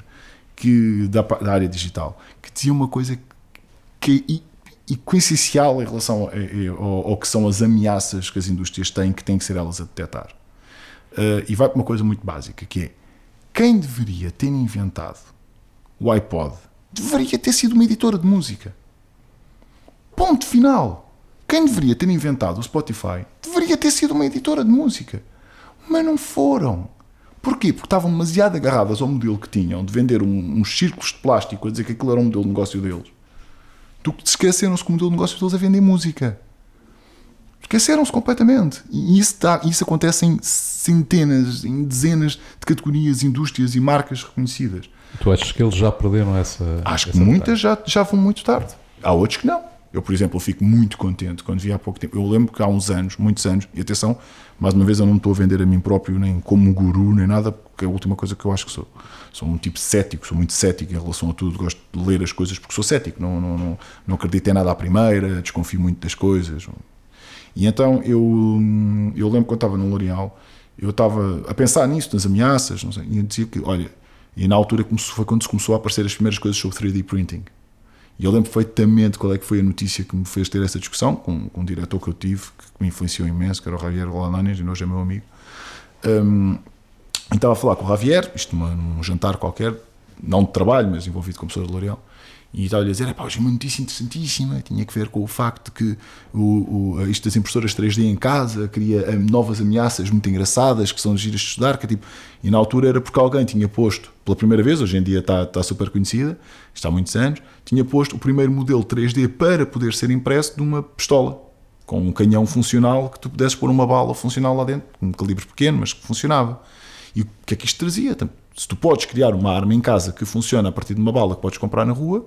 Speaker 1: da área digital, que dizia uma coisa que é essencial em relação ao que são as ameaças que as indústrias têm, que têm que ser elas a detectar. E vai para uma coisa muito básica, que é: quem deveria ter inventado o iPod deveria ter sido uma editora de música. Ponto final. Quem deveria ter inventado o Spotify deveria ter sido uma editora de música. Mas não foram. Porquê? Porque estavam demasiado agarradas ao modelo que tinham de vender uns círculos de plástico a dizer que aquilo era um modelo de negócio deles. Esqueceram-se que o modelo de negócio deles é vender música. Esqueceram-se completamente. E isso acontece em centenas, em dezenas de categorias, indústrias e marcas reconhecidas.
Speaker 2: Tu achas que eles já perderam essa...
Speaker 1: Acho que muitas já vão muito tarde. Há outros que não. Eu, por exemplo, fico muito contente quando vi há pouco tempo. Eu lembro que há uns anos, muitos anos, e atenção, mais uma vez eu não me estou a vender a mim próprio, nem como guru, nem nada, porque é a última coisa que eu acho que sou. Sou um tipo cético, sou muito cético em relação a tudo, gosto de ler as coisas porque sou cético, não acredito em nada à primeira, desconfio muito das coisas. E então eu lembro quando estava no L'Oréal, eu estava a pensar nisso, nas ameaças, não sei, e eu dizia que, olha, e na altura foi quando se começou a aparecer as primeiras coisas sobre 3D printing. E eu lembro perfeitamente qual é que foi a notícia que me fez ter essa discussão com um diretor que eu tive, que me influenciou imenso, que era o Javier Lananes, e hoje é meu amigo. E estava a falar com o Javier, isto num jantar qualquer, não de trabalho, mas envolvido com pessoas de L'Oréal, e estava-lhe a dizer, hoje é uma notícia interessantíssima, tinha que ver com o facto de que isto das impressoras 3D em casa cria novas ameaças muito engraçadas, que são giras de estudar, que é tipo, e na altura era porque alguém tinha posto, pela primeira vez, hoje em dia está super conhecida, está há muitos anos, tinha posto o primeiro modelo 3D para poder ser impresso de uma pistola, com um canhão funcional, que tu pudesses pôr uma bala funcional lá dentro, um calibre pequeno, mas que funcionava. E o que é que isto trazia? Se tu podes criar uma arma em casa que funciona a partir de uma bala que podes comprar na rua,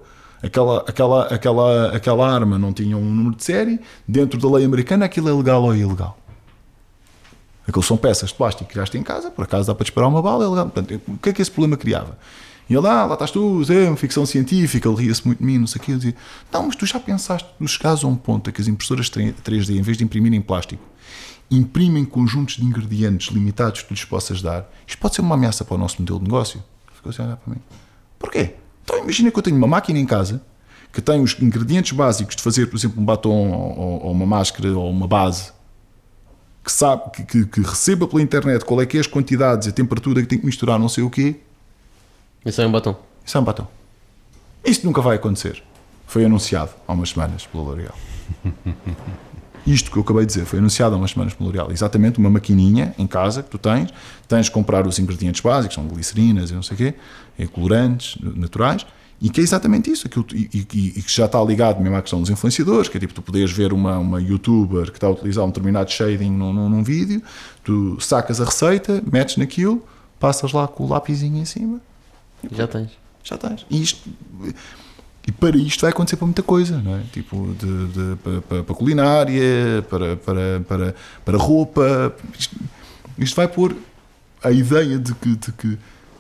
Speaker 1: aquela arma não tinha um número de série, dentro da lei americana aquilo é legal ou ilegal. Aquilo são peças de plástico que criaste em casa, por acaso dá para disparar uma bala, é legal. Portanto, o que é que esse problema criava? E ele, lá estás tu, uma ficção científica, ele ria-se muito de mim, não sei o quê. Eu dizia, não, mas tu já pensaste, tu chegares a um ponto em que as impressoras 3D, em vez de imprimirem plástico, imprimem conjuntos de ingredientes limitados que tu lhes possas dar, isto pode ser uma ameaça para o nosso modelo de negócio. Ficou assim a olhar para mim. Porquê? Então imagina que eu tenho uma máquina em casa que tem os ingredientes básicos de fazer, por exemplo, um batom ou uma máscara ou uma base, que sabe, que receba pela internet qual é que é as quantidades, a temperatura que tem que misturar, não sei o quê.
Speaker 3: Isso é um batom.
Speaker 1: Isso é um batom. Isto nunca vai acontecer. Foi anunciado há umas semanas pela L'Oréal. Isto que eu acabei de dizer foi anunciado há umas semanas pela L'Oréal. Exatamente uma maquininha em casa que tu tens de comprar os ingredientes básicos, são glicerinas e não sei o quê, colorantes naturais, e que é exatamente isso. E que já está ligado mesmo à questão dos influenciadores, que é tipo, tu podes ver uma youtuber que está a utilizar um determinado shading num vídeo, tu sacas a receita, metes naquilo, passas lá com o lapisinho em cima.
Speaker 3: Já tens.
Speaker 1: E para isto vai acontecer para muita coisa, não é? Tipo, para culinária, para roupa. Isto vai pôr a ideia de que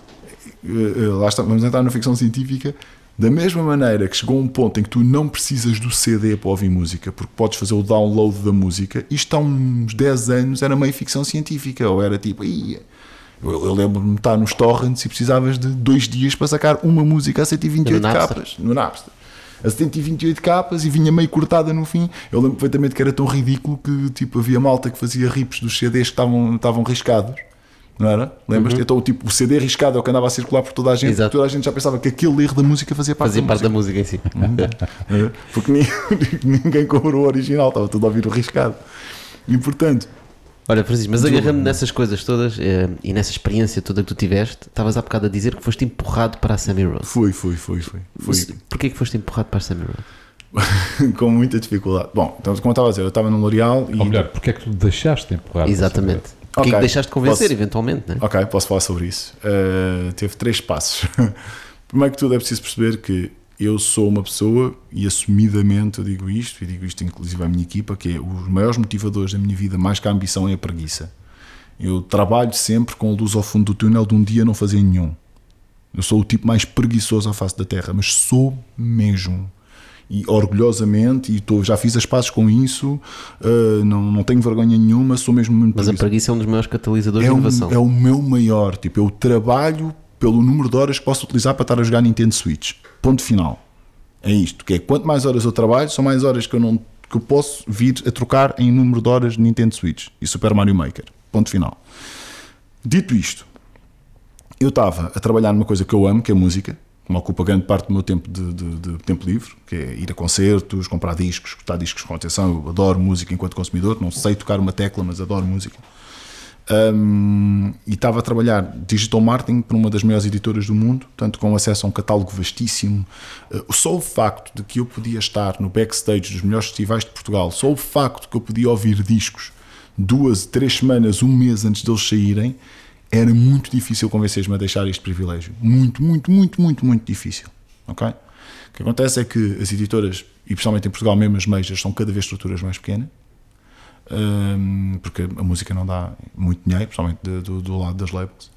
Speaker 1: lá está, vamos entrar na ficção científica, da mesma maneira que chegou um ponto em que tu não precisas do CD para ouvir música, porque podes fazer o download da música. Isto há uns 10 anos era meio ficção científica, ou era tipo... Eu lembro-me de estar nos torrents e precisavas de 2 dias para sacar uma música a 128 capas no Napster. A 128 capas e vinha meio cortada no fim. Eu lembro perfeitamente que era tão ridículo que tipo, havia malta que fazia rips dos CDs que estavam riscados, não era? Lembras-te? Então tipo, o CD riscado é o que andava a circular por toda a gente. Toda a gente já pensava que aquele erro da música fazia parte
Speaker 3: da música em si.
Speaker 1: Porque ninguém comprou o original, estava tudo a ouvir o riscado. E portanto...
Speaker 3: Olha, Francisco, mas agarrando nessas coisas todas e nessa experiência toda que tu tiveste, estavas há bocado a dizer que foste empurrado para a Sammy Road.
Speaker 1: Fui.
Speaker 3: Porquê que foste empurrado para a Sammy Road?
Speaker 1: Com muita dificuldade. Bom, então, como eu estava a dizer, eu estava no L'Oréal e...
Speaker 2: Ou melhor, porquê é que tu deixaste de empurrar?
Speaker 3: Exatamente. Porquê é que deixaste de convencer, eventualmente, não é?
Speaker 1: Ok, posso falar sobre isso. Teve 3 passos. Primeiro que tudo é preciso perceber que eu sou uma pessoa, e assumidamente eu digo isto inclusive à minha equipa, que é os maiores motivadores da minha vida, mais que a ambição, é a preguiça. Eu trabalho sempre com a luz ao fundo do túnel de um dia não fazer nenhum. Eu sou o tipo mais preguiçoso à face da terra, mas sou mesmo. E orgulhosamente, e já fiz as pazes com isso, não tenho vergonha nenhuma, sou mesmo muito preguiçoso.
Speaker 3: Mas a preguiça é um dos maiores catalisadores de inovação.
Speaker 1: É o meu maior, tipo, eu trabalho pelo número de horas que posso utilizar para estar a jogar Nintendo Switch. Ponto final. É isto, que é quanto mais horas eu trabalho, são mais horas que eu posso vir a trocar em número de horas de Nintendo Switch e Super Mario Maker. Ponto final. Dito isto, eu estava a trabalhar numa coisa que eu amo, que é música, que me ocupa grande parte do meu tempo de tempo livre, que é ir a concertos, comprar discos, escutar discos com atenção. Eu adoro música enquanto consumidor, não sei tocar uma tecla, mas adoro música. E estava a trabalhar digital marketing para uma das maiores editoras do mundo, portanto com acesso a um catálogo vastíssimo. Só o facto de que eu podia estar no backstage dos melhores festivais de Portugal, só o facto de que eu podia ouvir discos 2, 3 semanas, um mês antes deles saírem, era muito difícil convencer-me a deixar este privilégio. Muito difícil. Okay? O que acontece é que as editoras, e principalmente em Portugal mesmo as majors, são cada vez estruturas mais pequenas, porque a música não dá muito dinheiro, principalmente do lado das labels,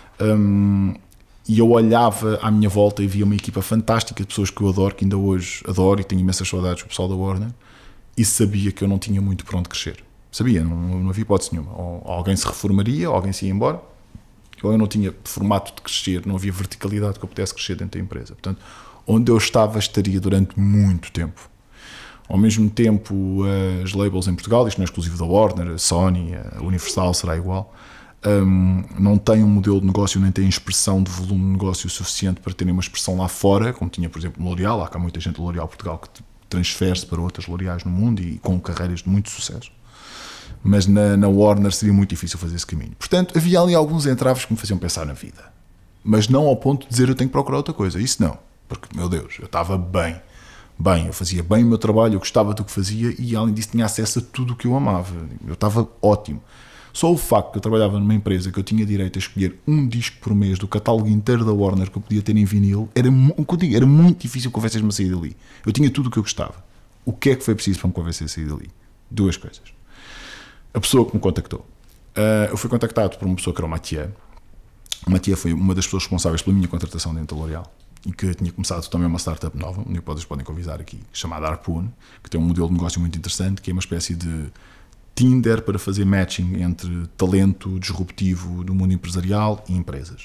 Speaker 1: e eu olhava à minha volta e via uma equipa fantástica de pessoas que eu adoro, que ainda hoje adoro e tenho imensas saudades do pessoal da Warner, e sabia que eu não tinha muito para onde crescer. Sabia, não havia hipótese nenhuma. Ou alguém se reformaria, ou alguém se ia embora, ou eu não tinha formato de crescer, não havia verticalidade que eu pudesse crescer dentro da empresa. Portanto, onde eu estava estaria durante muito tempo. Ao mesmo tempo, as labels em Portugal, isto não é exclusivo da Warner, a Sony, a Universal será igual, não têm um modelo de negócio, nem têm expressão de volume de negócio suficiente para terem uma expressão lá fora, como tinha, por exemplo, no L'Oréal. Há muita gente do L'Oréal Portugal que transfere-se para outras L'Oréais no mundo e com carreiras de muito sucesso. Mas na Warner seria muito difícil fazer esse caminho. Portanto, havia ali alguns entraves que me faziam pensar na vida. Mas não ao ponto de dizer eu tenho que procurar outra coisa. Isso não. Porque, meu Deus, eu estava bem, eu fazia bem o meu trabalho, eu gostava do que fazia e, além disso, tinha acesso a tudo o que eu amava. Eu estava ótimo. Só o facto de eu trabalhava numa empresa que eu tinha direito a escolher um disco por mês do catálogo inteiro da Warner que eu podia ter em vinil, era muito difícil convencer-me a sair dali. Eu tinha tudo o que eu gostava. O que é que foi preciso para me convencer a sair dali? 2 coisas. A pessoa que me contactou. Eu fui contactado por uma pessoa que era o Mathieu. O Mathieu foi uma das pessoas responsáveis pela minha contratação dentro da L'Oréal e que tinha começado também uma startup nova, onde vocês podem convidar aqui, chamada Harpoon, que tem um modelo de negócio muito interessante, que é uma espécie de Tinder para fazer matching entre talento disruptivo do mundo empresarial e empresas.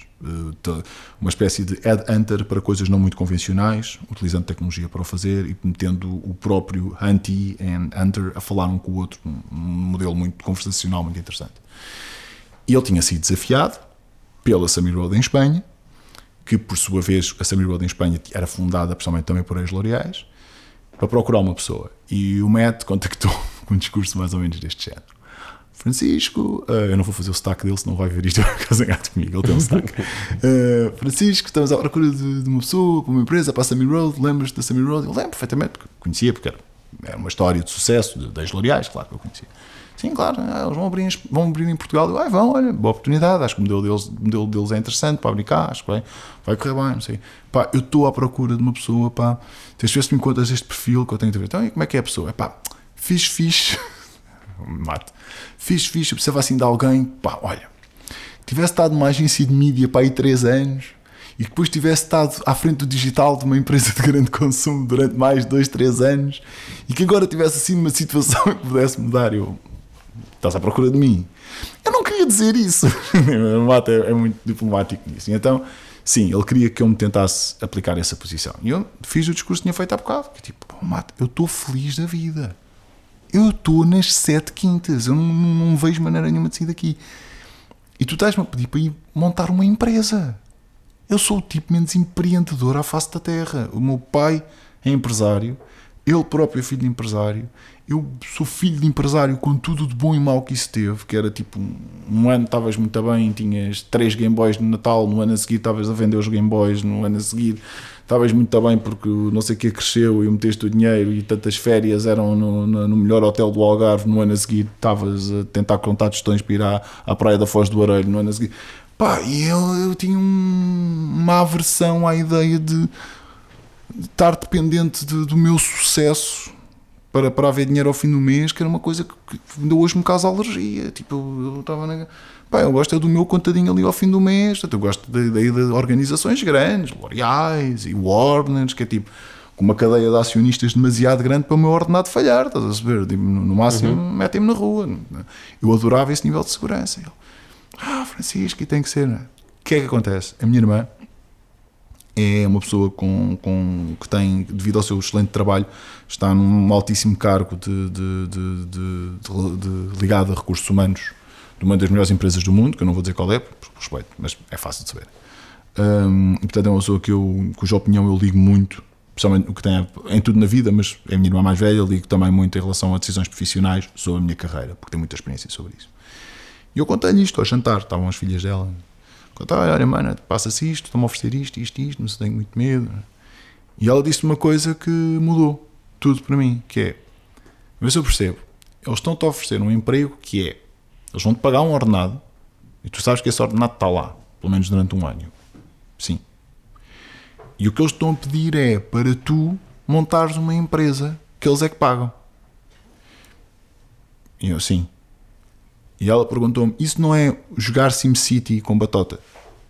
Speaker 1: Uma espécie de headhunter para coisas não muito convencionais, utilizando tecnologia para o fazer e metendo o próprio Hunty e Hunter a falar um com o outro, um modelo muito conversacional, muito interessante. E ele tinha sido desafiado pela Sammy Road em Espanha, que por sua vez a Sammy Road em Espanha era fundada principalmente também por ex-L'Oréais, para procurar uma pessoa. E o Matt contactou com um discurso mais ou menos deste género. Francisco, eu não vou fazer o sotaque dele, senão vai ver isto e vai ficar zangado comigo, ele tem um sotaque. Francisco, estamos à procura de uma pessoa, para uma empresa, para a Sammy Road, lembras-te da Sammy Road? Eu lembro perfeitamente, porque conhecia, porque era uma história de sucesso das L'Oréais, claro que eu conhecia. Sim, claro, eles vão abrir em Portugal. Vão, olha, boa oportunidade, acho que o modelo deles é interessante para abrir cá, acho que vai correr bem, não sei. Pá, eu estou à procura de uma pessoa, pá, se me encontras este perfil que eu tenho que ver, então, e como é que é a pessoa? Pá, fixe, mate, fixe, eu precisava assim de alguém, pá, olha, tivesse estado numa agência de mídia para aí 3 anos e que depois tivesse estado à frente do digital de uma empresa de grande consumo durante mais 2, 3 anos e que agora tivesse assim numa situação que pudesse mudar. Estás à procura de mim? Eu não queria dizer isso. O Mato é muito diplomático nisso. Então, sim, ele queria que eu me tentasse aplicar essa posição. E eu fiz o discurso que tinha feito há bocado. Que tipo, Mato, eu estou feliz da vida. Eu estou nas 7 quintas. Eu não vejo maneira nenhuma de sair daqui. E tu estás-me a pedir para ir montar uma empresa. Eu sou o tipo menos empreendedor à face da terra. O meu pai é empresário. Ele próprio é filho de empresário. Eu sou filho de empresário com tudo de bom e mau que isso teve, que era tipo, um ano estavas muito bem, tinhas 3 Game Boys no Natal, no ano a seguir estavas a vender os Game Boys, no ano a seguir estavas muito bem porque não sei o que cresceu e meteste o dinheiro e tantas férias eram no melhor hotel do Algarve, no ano a seguir estavas a tentar contar tostões para ir à praia da Foz do Areiro, no ano a seguir. Pá, e eu tinha uma aversão à ideia de estar dependente do meu sucesso para haver dinheiro ao fim do mês, que era uma coisa que ainda hoje me causa alergia. Tipo, eu estava pá, eu gosto do meu contadinho ali ao fim do mês. Eu gosto de organizações grandes, L'Oréais e Warners, que é tipo com uma cadeia de acionistas demasiado grande para o meu ordenado falhar, estás a saber? No máximo metem-me na rua. Eu adorava esse nível de segurança. Francisco, e tem que ser. O que é que acontece? A minha irmã é uma pessoa que tem, devido ao seu excelente trabalho, está num altíssimo cargo ligado a recursos humanos de uma das melhores empresas do mundo, que eu não vou dizer qual é, por respeito, mas é fácil de saber. E portanto é uma pessoa cuja opinião eu ligo muito, especialmente o que tem em tudo na vida, mas é a minha irmã mais velha, ligo também muito em relação a decisões profissionais sobre a minha carreira, porque tem muita experiência sobre isso. E eu contei-lhe isto ao jantar, estavam as filhas dela. Olha, mana, passa-se isto, estão-me a oferecer isto, não se tenho muito medo. E ela disse uma coisa que mudou tudo para mim, que é, vê se eu percebo, eles estão-te a oferecer um emprego que é, eles vão-te pagar um ordenado, e tu sabes que esse ordenado está lá, pelo menos durante um ano. Sim. E o que eles estão a pedir é para tu montares uma empresa que eles é que pagam. E eu, sim. E ela perguntou-me, isso não é jogar SimCity com batota?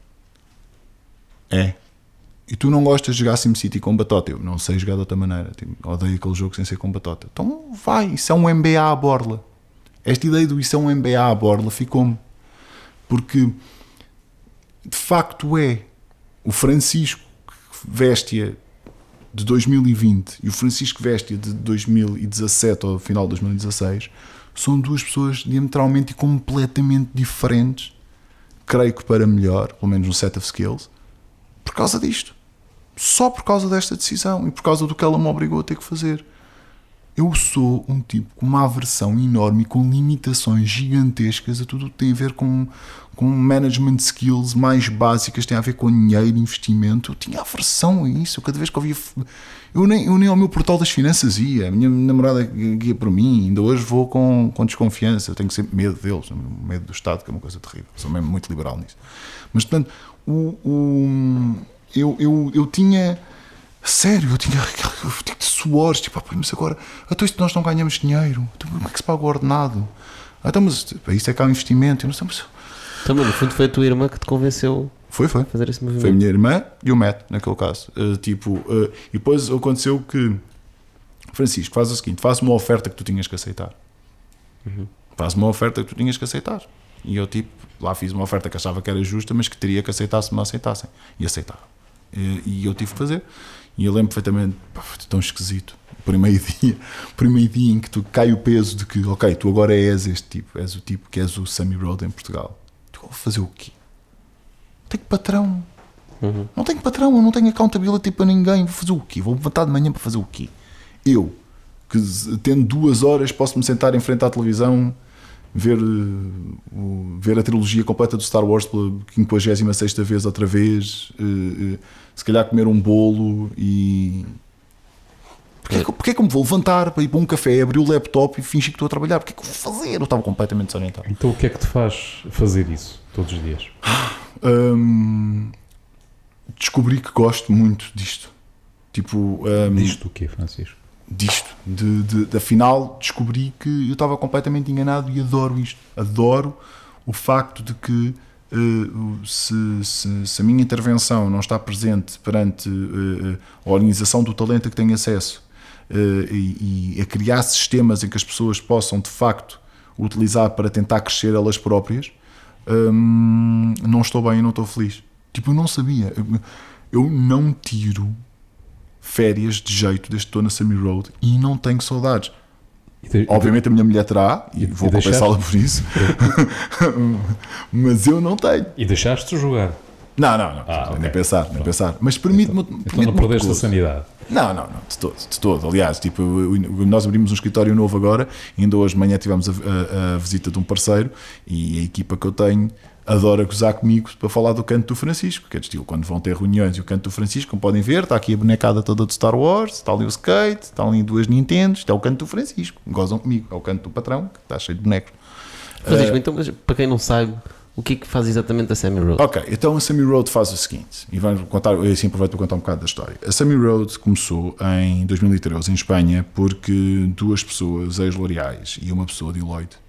Speaker 1: É. E tu não gostas de jogar SimCity com batota? Eu não sei jogar de outra maneira. Tipo, odeio aquele jogo sem ser com batota. Então vai, isso é um MBA à borla. Esta ideia do isso é um MBA à borla ficou-me. Porque de facto é o Francisco Véstia de 2020 e o Francisco Véstia de 2017 ou final de 2016 são duas pessoas diametralmente e completamente diferentes, creio que para melhor, pelo menos no set of skills, por causa disto. Só por causa desta decisão e por causa do que ela me obrigou a ter que fazer. Eu sou um tipo com uma aversão enorme e com limitações gigantescas a tudo o que tem a ver com management skills mais básicas, tem a ver com dinheiro, investimento. Eu tinha aversão a isso. Cada vez que eu via... Eu nem ao meu portal das finanças ia. A minha namorada guia por mim. Ainda hoje vou com desconfiança. Eu tenho sempre medo deles. Medo do Estado, que é uma coisa terrível. Sou mesmo muito liberal nisso. Mas, portanto, eu tinha... Sério, eu tinha de suores, tipo, mas agora, então isto nós não ganhamos dinheiro, então como é que se paga o ordenado? Então, mas isso é que há um investimento, eu não sei, mas...
Speaker 3: Então, no fundo foi a tua irmã que te convenceu
Speaker 1: foi.
Speaker 3: a fazer esse movimento?
Speaker 1: Foi a minha irmã e o Matt, naquele caso. E depois aconteceu que, Francisco, faz o seguinte, faz uma oferta que tu tinhas que aceitar. faz uma oferta que tu tinhas que aceitar. E eu tipo, lá fiz uma oferta que achava que era justa, mas que teria que aceitar se não aceitassem. E aceitaram. E eu tive que fazer. E eu lembro perfeitamente, tão esquisito. O primeiro dia em que tu cai o peso de que, ok, tu agora és este tipo, és o tipo que és o Sammy Road em Portugal. Tu vou fazer o quê? Não tenho patrão. Não tenho patrão, eu não tenho accountability para ninguém. Vou fazer o quê? Vou levantar de manhã para fazer o quê? Eu, que tendo 2 horas, posso-me sentar em frente à televisão, ver a trilogia completa do Star Wars pela 56ª vez outra vez, se calhar comer um bolo e... Porquê que eu me vou levantar para ir para um café, abrir o laptop e fingir que estou a trabalhar? Porquê que eu vou fazer? Eu estava completamente desorientado.
Speaker 2: Então o que é que te faz fazer isso todos os dias?
Speaker 1: Descobri que gosto muito disto. Tipo,
Speaker 2: Disto o quê, Francisco?
Speaker 1: Disto. Afinal, descobri que eu estava completamente enganado e adoro isto. Adoro o facto de que se a minha intervenção não está presente perante a organização do talento a que tenho acesso e a criar sistemas em que as pessoas possam de facto utilizar para tentar crescer elas próprias, não estou bem e não estou feliz. Tipo, eu não sabia. Eu não tiro férias de jeito desde que estou na Sammy Road e não tenho saudades. Obviamente a minha mulher terá e vou compensá-la por isso. Mas eu não tenho.
Speaker 2: E deixaste-te jogar?
Speaker 1: Não.
Speaker 2: Okay.
Speaker 1: Nem pensar. Mas permite-me.
Speaker 2: Então não perdeste a sanidade?
Speaker 1: Não, de todo. Aliás, tipo, nós abrimos um escritório novo agora. Ainda hoje de manhã tivemos a visita de um parceiro e a equipa que eu tenho adora gozar comigo para falar do canto do Francisco, que é de estilo, quando vão ter reuniões e o canto do Francisco, como podem ver, está aqui a bonecada toda de Star Wars, está ali o skate, está ali 2 Nintendos, isto é o canto do Francisco, gozam comigo, é o canto do patrão, que está cheio de bonecos.
Speaker 3: Francisco, então, mas para quem não sabe, o que é que faz exatamente a Sammy Road?
Speaker 1: Ok, então a Sammy Road faz o seguinte, e vamos contar, eu assim aproveito para contar um bocado da história. A Sammy Road começou em 2013 em Espanha, porque 2 pessoas ex-L'Oréais e uma pessoa de Deloitte,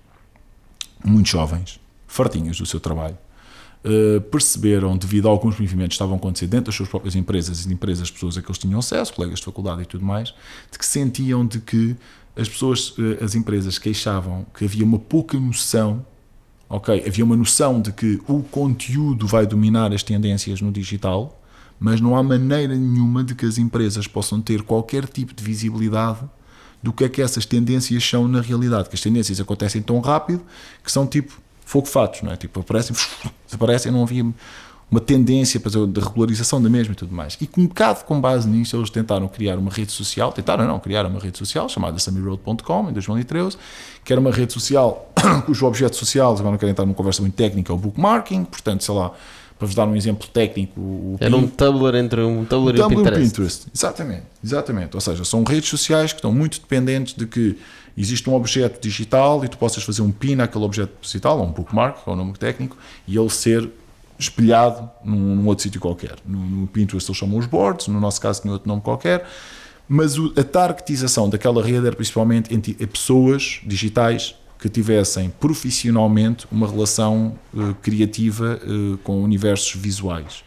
Speaker 1: muito jovens, fartinhas do seu trabalho, perceberam, devido a alguns movimentos que estavam a acontecer dentro das suas próprias empresas e de empresas, as pessoas a que eles tinham acesso, colegas de faculdade e tudo mais, de que sentiam de que as pessoas, as empresas queixavam que havia uma pouca noção, havia uma noção de que o conteúdo vai dominar as tendências no digital, mas não há maneira nenhuma de que as empresas possam ter qualquer tipo de visibilidade do que é que essas tendências são na realidade, que as tendências acontecem tão rápido que são tipo fogo-fatos, não é? Tipo, aparecem, desaparecem, não havia uma tendência para de regularização da mesma e tudo mais. E com um bocado com base nisso, eles tentaram criar uma rede social, criaram uma rede social chamada SammyRoad.com em 2013, que era uma rede social cujo objeto social, agora não quero entrar numa conversa muito técnica, é o bookmarking, portanto, sei lá, para vos dar um exemplo técnico...
Speaker 3: Era um Tumblr entre um Tumblr e um Pinterest.
Speaker 1: Exatamente. Ou seja, são redes sociais que estão muito dependentes de que existe um objeto digital e tu possas fazer um pin naquele objeto digital, ou um bookmark, que é o nome técnico, e ele ser espelhado num outro sítio qualquer. No Pinterest eles chamam os boards, no nosso caso tinha outro nome qualquer, mas a targetização daquela rede era principalmente entre pessoas digitais que tivessem profissionalmente uma relação criativa com universos visuais.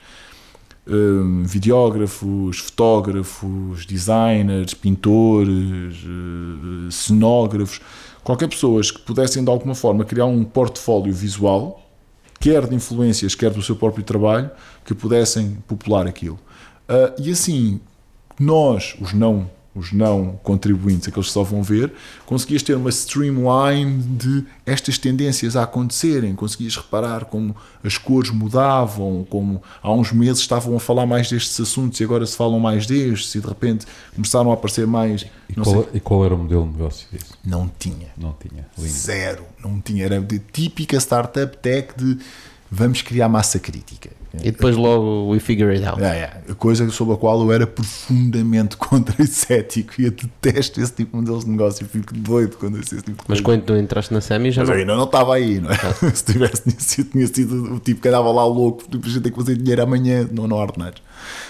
Speaker 1: Videógrafos, fotógrafos, designers, pintores, cenógrafos, qualquer pessoas que pudessem de alguma forma criar um portfólio visual, quer de influências, quer do seu próprio trabalho, que pudessem popular aquilo. E assim, nós, os não contribuintes, aqueles que só vão ver, conseguias ter uma streamline de estas tendências a acontecerem, conseguias reparar como as cores mudavam, como há uns meses estavam a falar mais destes assuntos e agora se falam mais destes, e de repente começaram a aparecer mais...
Speaker 2: E qual era o modelo de negócio disso?
Speaker 1: Não tinha.
Speaker 2: Lindo.
Speaker 1: Zero. Não tinha. Era de típica startup tech de vamos criar massa crítica.
Speaker 3: E depois logo we figure it out.
Speaker 1: A coisa sobre a qual eu era profundamente contra e cético e eu detesto esse tipo de modelos de negócio, fico doido quando eu sei esse tipo de
Speaker 3: coisa. Mas quando tu entraste na Sammy já
Speaker 1: mas
Speaker 3: não...
Speaker 1: ainda não estava aí, não é? Se tinha sido o tipo que andava lá louco, tipo, a gente tem que fazer dinheiro amanhã, não há ordenados.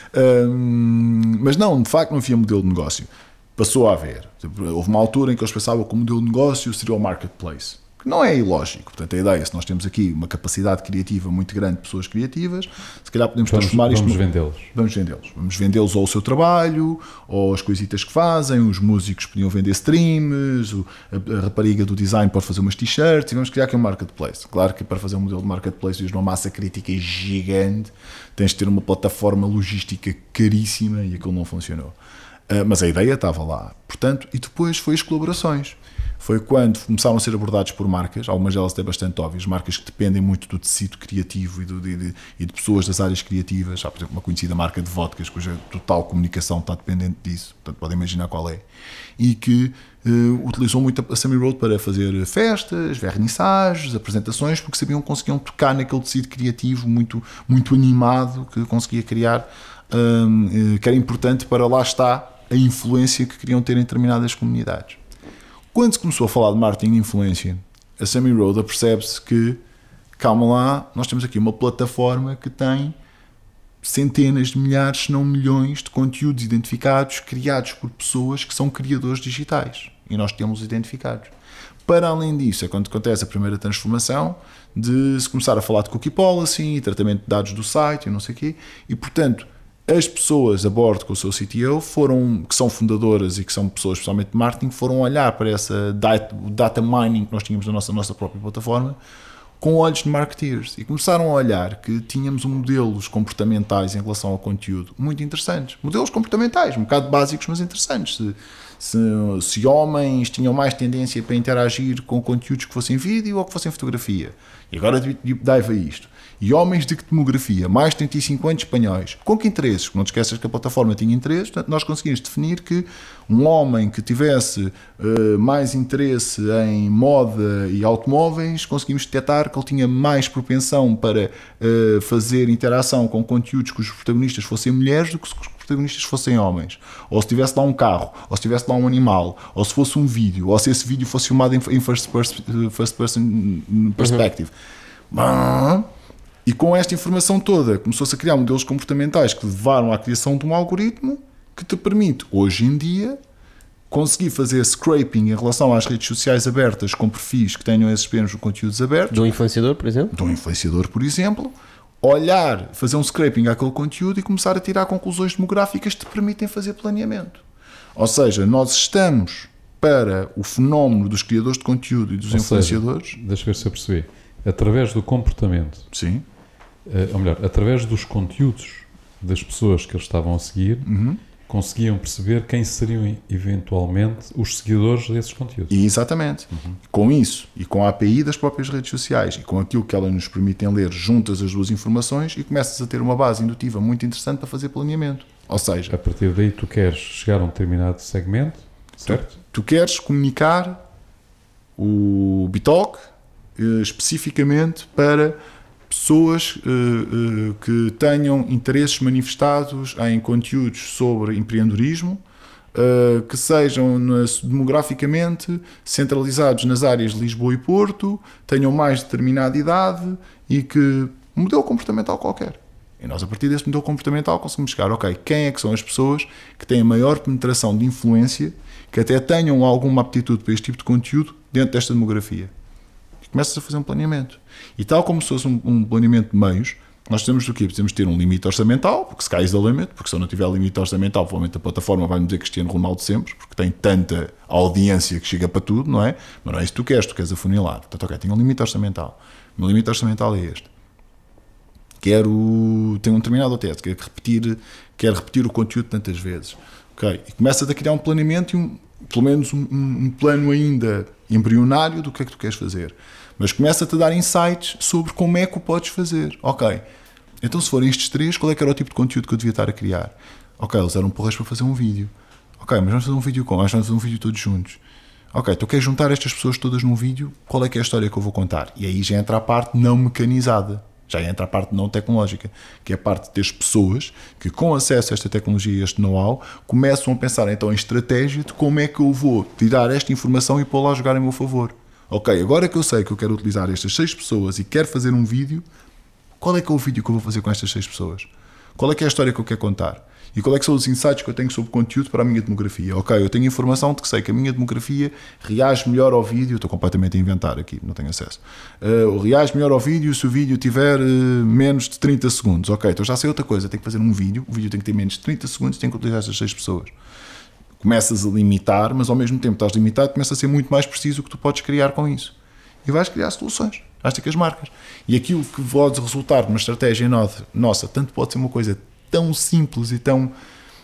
Speaker 1: Mas não, de facto não havia modelo de negócio. Passou a haver. Houve uma altura em que eles pensavam que o modelo de negócio seria o marketplace. que não é ilógico. Portanto, a ideia, se nós temos aqui uma capacidade criativa muito grande de pessoas criativas, se calhar podemos transformar isto... Vamos vendê-los ou o seu trabalho, ou as coisitas que fazem, os músicos podiam vender streams, a rapariga do design pode fazer umas t-shirts, e vamos criar aqui um marketplace. Claro que para fazer um modelo de marketplace, uma massa crítica gigante, tens de ter uma plataforma logística caríssima, e aquilo não funcionou. Mas a ideia estava lá. Portanto, e depois foi as colaborações. Foi quando começaram a ser abordados por marcas, algumas delas até bastante óbvias, marcas que dependem muito do tecido criativo e de pessoas das áreas criativas. Há, por exemplo, uma conhecida marca de vodkas cuja total comunicação está dependente disso, portanto podem imaginar qual é, e que utilizou muito a Sammy Road para fazer festas, vernissagens, apresentações, porque sabiam que conseguiam tocar naquele tecido criativo muito, muito animado que conseguia criar, que era importante para lá está a influência que queriam ter em determinadas comunidades. Quando se começou a falar de marketing de influência, a Sammy Road apercebe-se que, calma lá, nós temos aqui uma plataforma que tem centenas de milhares, se não milhões de conteúdos identificados, criados por pessoas que são criadores digitais. E nós temos identificados. Para além disso, é quando acontece a primeira transformação de se começar a falar de cookie policy, tratamento de dados do site e não sei o quê, e portanto as pessoas a bordo com o seu CTO que são fundadoras e que são pessoas especialmente de marketing, foram olhar para essa data mining que nós tínhamos na nossa própria plataforma com olhos de marketeers e começaram a olhar que tínhamos modelos comportamentais em relação ao conteúdo muito interessantes. Modelos comportamentais, um bocado básicos, mas interessantes. Se homens tinham mais tendência para interagir com conteúdos que fossem vídeo ou que fossem fotografia. E agora deep dive a isto. E homens de que demografia? Mais de 35 anos espanhóis. Com que interesses? Não te esqueças que a plataforma tinha interesses, portanto nós conseguimos definir que um homem que tivesse mais interesse em moda e automóveis, conseguimos detectar que ele tinha mais propensão para fazer interação com conteúdos cujos protagonistas fossem mulheres do que se os protagonistas fossem homens. Ou se tivesse lá um carro, ou se tivesse lá um animal, ou se fosse um vídeo, ou se esse vídeo fosse filmado em first person perspective. E com esta informação toda começou-se a criar modelos comportamentais que levaram à criação de um algoritmo que te permite, hoje em dia, conseguir fazer scraping em relação às redes sociais abertas com perfis que tenham esses mesmos conteúdos abertos.
Speaker 3: De um influenciador, por exemplo?
Speaker 1: De um influenciador, por exemplo. Olhar, fazer um scraping àquele conteúdo e começar a tirar conclusões demográficas que te permitem fazer planeamento. Ou seja, nós estamos para o fenómeno dos criadores de conteúdo e dos influenciadores.
Speaker 2: Deixa eu ver se eu percebi. Através do comportamento.
Speaker 1: Sim.
Speaker 2: Ou melhor, através dos conteúdos das pessoas que eles estavam a seguir, conseguiam perceber quem seriam eventualmente os seguidores desses conteúdos.
Speaker 1: Exatamente. Com isso, e com a API das próprias redes sociais, e com aquilo que elas nos permitem ler juntas as duas informações, e começas a ter uma base indutiva muito interessante para fazer planeamento. Ou seja,
Speaker 2: a partir daí tu queres chegar a um determinado segmento, certo?
Speaker 1: Tu queres comunicar o Bitalk especificamente para pessoas que tenham interesses manifestados em conteúdos sobre empreendedorismo, que sejam demograficamente centralizados nas áreas de Lisboa e Porto, tenham mais determinada idade e que um modelo comportamental qualquer. E nós, a partir desse modelo comportamental, conseguimos chegar, ok, quem é que são as pessoas que têm a maior penetração de influência, que até tenham alguma aptitude para este tipo de conteúdo dentro desta demografia. Começas a fazer um planeamento. E tal como se fosse um planeamento de meios, nós temos o quê? Precisamos ter um limite orçamental, porque sky is the limit, porque se eu não tiver limite orçamental, provavelmente a plataforma vai-me dizer Cristiano Ronaldo sempre, porque tem tanta audiência que chega para tudo, não é? Mas não é isso que tu queres afunilar. Portanto, ok, tenho um limite orçamental. O meu limite orçamental é este. Tenho um determinado teste, quero repetir o conteúdo tantas vezes. Ok, e começas a criar um planeamento e pelo menos um plano ainda embrionário do que é que tu queres fazer. Mas começa-te a dar insights sobre como é que o podes fazer. Ok, então se forem estes três, qual é que era o tipo de conteúdo que eu devia estar a criar? Ok, eles eram porras para fazer um vídeo. Ok, mas vamos fazer um vídeo como? Vamos fazer um vídeo todos juntos. Ok, tu queres juntar estas pessoas todas num vídeo, qual é que é a história que eu vou contar? E aí já entra a parte não mecanizada. Já entra a parte não tecnológica, que é a parte de ter pessoas que, com acesso a esta tecnologia e a este know-how, começam a pensar então em estratégia de como é que eu vou tirar esta informação e pô-la a jogar em meu favor. Ok, agora que eu sei que eu quero utilizar estas 6 pessoas e quero fazer um vídeo, qual é que é o vídeo que eu vou fazer com estas 6 pessoas? Qual é que é a história que eu quero contar? E qual é que são os insights que eu tenho sobre conteúdo para a minha demografia? Ok, eu tenho informação de que sei que a minha demografia reage melhor ao vídeo, estou completamente a inventar aqui, não tenho acesso. Reage melhor ao vídeo se o vídeo tiver menos de 30 segundos. Ok, então já sei outra coisa, tenho que fazer um vídeo, o vídeo tem que ter menos de 30 segundos, tenho que utilizar estas 6 pessoas. Começas a limitar, mas ao mesmo tempo estás limitado, começa a ser muito mais preciso o que tu podes criar com isso. E vais criar soluções, vais ter com as marcas. E aquilo que pode resultar numa estratégia nossa, tanto pode ser uma coisa tão simples e tão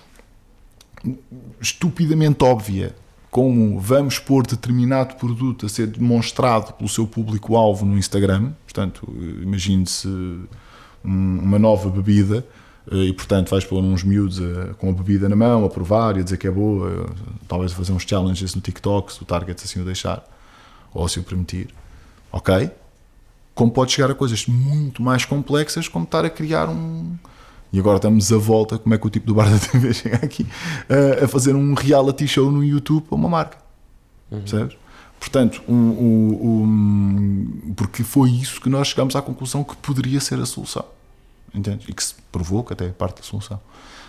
Speaker 1: estupidamente óbvia como vamos pôr determinado produto a ser demonstrado pelo seu público-alvo no Instagram. Portanto, imagine-se uma nova bebida e, portanto, vais pôr uns miúdos com a bebida na mão, a provar e a dizer que é boa, talvez fazer uns challenges no TikTok, se o target assim o deixar, ou se o permitir. Ok? Como pode chegar a coisas muito mais complexas, como estar a criar E agora estamos à volta, como é que o tipo do Bar da TV chega aqui, a fazer um reality show no YouTube para uma marca. Percebes? Portanto, porque foi isso que nós chegamos à conclusão que poderia ser a solução. Entendes? E que se provou que até é parte da solução.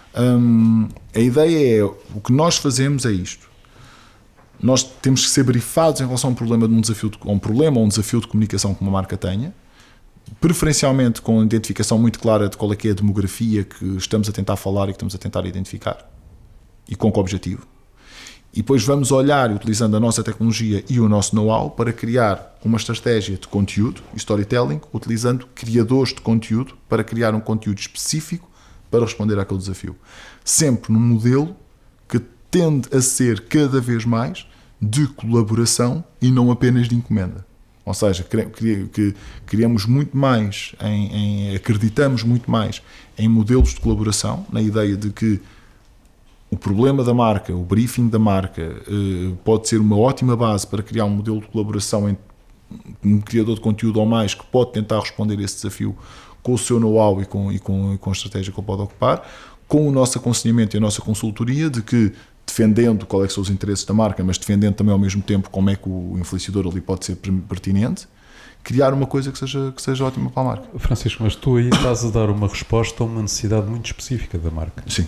Speaker 1: A ideia é, o que nós fazemos é isto. Nós temos que ser brifados em relação a um problema ou um desafio de comunicação que uma marca tenha, preferencialmente com identificação muito clara de qual é que é a demografia que estamos a tentar falar e que estamos a tentar identificar, e com que objetivo. E depois vamos olhar, utilizando a nossa tecnologia e o nosso know-how, para criar uma estratégia de conteúdo e storytelling, utilizando criadores de conteúdo para criar um conteúdo específico para responder àquele desafio. Sempre num modelo que tende a ser cada vez mais de colaboração e não apenas de encomenda. Ou seja, criamos muito mais, acreditamos muito mais em modelos de colaboração, na ideia de que o problema da marca, o briefing da marca, pode ser uma ótima base para criar um modelo de colaboração entre um criador de conteúdo ou mais que pode tentar responder a esse desafio com o seu know-how e com a estratégia que ele pode ocupar, com o nosso aconselhamento e a nossa consultoria de que, defendendo qual é que são os interesses da marca, mas defendendo também ao mesmo tempo como é que o influenciador ali pode ser pertinente, criar uma coisa que seja ótima para a marca.
Speaker 2: Francisco, mas tu aí estás a dar uma resposta a uma necessidade muito específica da marca.
Speaker 1: Sim.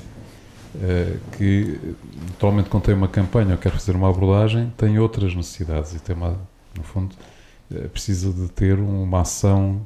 Speaker 2: Que, naturalmente, quando tem uma campanha ou quer fazer uma abordagem, tem outras necessidades e tem no fundo, precisa de ter uma ação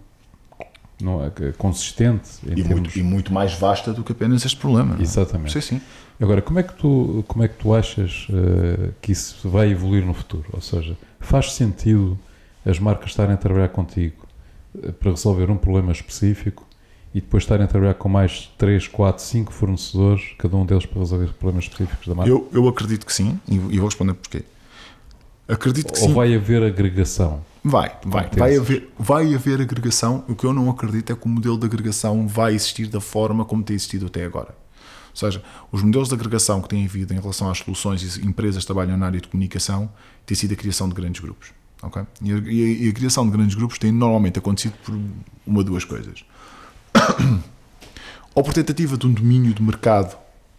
Speaker 2: consistente
Speaker 1: e muito mais vasta do que apenas este problema.
Speaker 2: Exatamente.
Speaker 1: Sim.
Speaker 2: Agora, como é que tu achas que isso vai evoluir no futuro? Ou seja, faz sentido as marcas estarem a trabalhar contigo para resolver um problema específico e depois estarem a trabalhar com mais 3, 4, 5 fornecedores, cada um deles para resolver problemas específicos da marca?
Speaker 1: Eu acredito que sim, e vou responder porquê. Acredito que sim.
Speaker 2: Ou vai haver agregação?
Speaker 1: Vai haver agregação. O que eu não acredito é que o modelo de agregação vai existir da forma como tem existido até agora. Ou seja, os modelos de agregação que têm havido em relação às soluções e empresas que trabalham na área de comunicação tem sido a criação de grandes grupos. Okay? E a criação de grandes grupos tem normalmente acontecido por uma de duas coisas. Ou por tentativa de um domínio de mercado,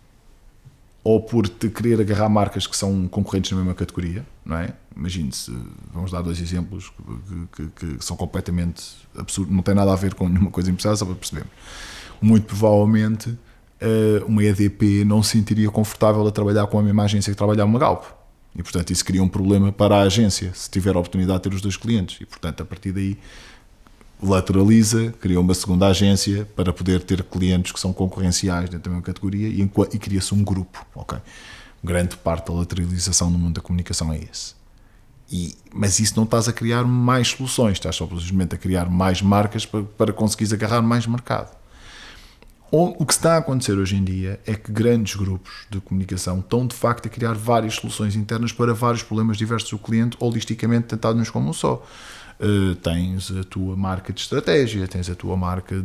Speaker 1: ou por querer agarrar marcas que são concorrentes na mesma categoria, não é? Imagine-se, vamos dar 2 exemplos que são completamente absurdos, não tem nada a ver com nenhuma coisa empresarial, só para percebermos. Muito provavelmente uma EDP não se sentiria confortável a trabalhar com a mesma agência que trabalhar uma Galp. E, portanto, isso cria um problema para a agência, se tiver a oportunidade de ter os 2 clientes. E, portanto, a partir daí, lateraliza, cria uma segunda agência para poder ter clientes que são concorrenciais dentro da mesma categoria e cria-se um grupo. Okay? Grande parte da lateralização no mundo da comunicação é esse. Mas isso não estás a criar mais soluções, estás só simplesmente a criar mais marcas para conseguires agarrar mais mercado. O que está a acontecer hoje em dia é que grandes grupos de comunicação estão de facto a criar várias soluções internas para vários problemas diversos do cliente, holisticamente tentados como um só. Tens a tua marca de estratégia, tens a tua marca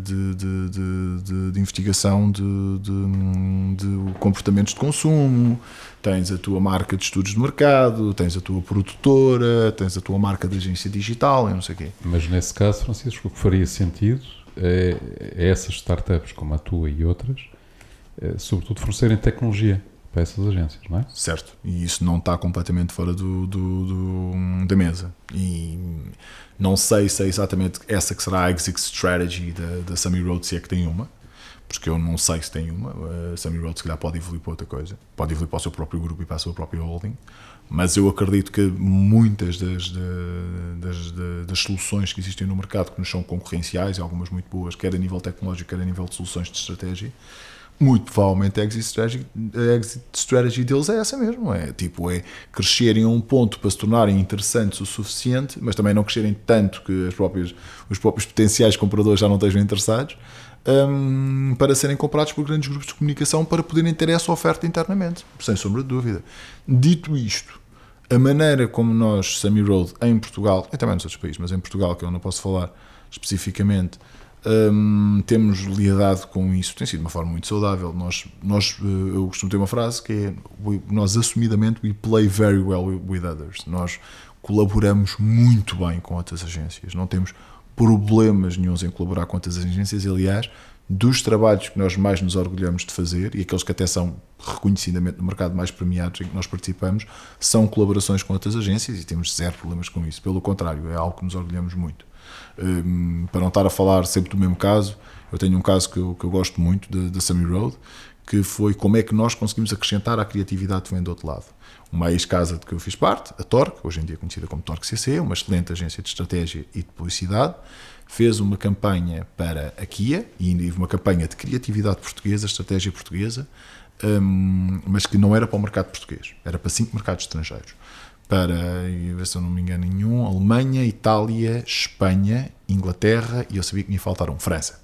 Speaker 1: de investigação de comportamentos de consumo, tens a tua marca de estudos de mercado, tens a tua produtora, tens a tua marca de agência digital e não sei o quê.
Speaker 2: Mas nesse caso, Francisco, o que faria sentido é essas startups como a tua e outras, sobretudo fornecerem tecnologia para essas agências, não é?
Speaker 1: Certo, e isso não está completamente fora da mesa. E não sei se é exatamente essa que será a exit strategy da Sammy Road, se é que tem uma, porque eu não sei se tem uma. A Sammy Road se calhar pode evoluir para outra coisa, pode evoluir para o seu próprio grupo e para a sua própria holding, mas eu acredito que muitas das soluções que existem no mercado, que nos são concorrenciais, e algumas muito boas, quer a nível tecnológico, quer a nível de soluções de estratégia, muito provavelmente a exit strategy deles é essa mesmo, é crescerem a um ponto para se tornarem interessantes o suficiente, mas também não crescerem tanto que os próprios potenciais compradores já não estejam interessados, para serem comprados por grandes grupos de comunicação para poderem ter essa oferta internamente, sem sombra de dúvida. Dito isto, a maneira como nós, Sammy Road, em Portugal, e também nos outros países, mas em Portugal, que eu não posso falar especificamente, temos lidado com isso, tem sido uma forma muito saudável. Eu costumo ter uma frase que é: nós assumidamente we play very well with others. Nós colaboramos muito bem com outras agências, não temos problemas nenhuns em colaborar com outras agências. Aliás, dos trabalhos que nós mais nos orgulhamos de fazer, e aqueles que até são reconhecidamente no mercado mais premiados em que nós participamos, são colaborações com outras agências, e temos zero problemas com isso. Pelo contrário, é algo que nos orgulhamos muito. Para não estar a falar sempre do mesmo caso, eu tenho um caso que eu gosto muito da Sammy Road, que foi como é que nós conseguimos acrescentar à criatividade que vem do outro lado. Uma ex-casa de que eu fiz parte, a Torque, hoje em dia conhecida como Torque CC, uma excelente agência de estratégia e de publicidade, fez uma campanha para a Kia, e uma campanha de criatividade portuguesa, estratégia portuguesa, mas que não era para o mercado português, era para 5 mercados estrangeiros. Para, se eu não me engano nenhum, Alemanha, Itália, Espanha, Inglaterra, e eu sabia que me ia faltar França.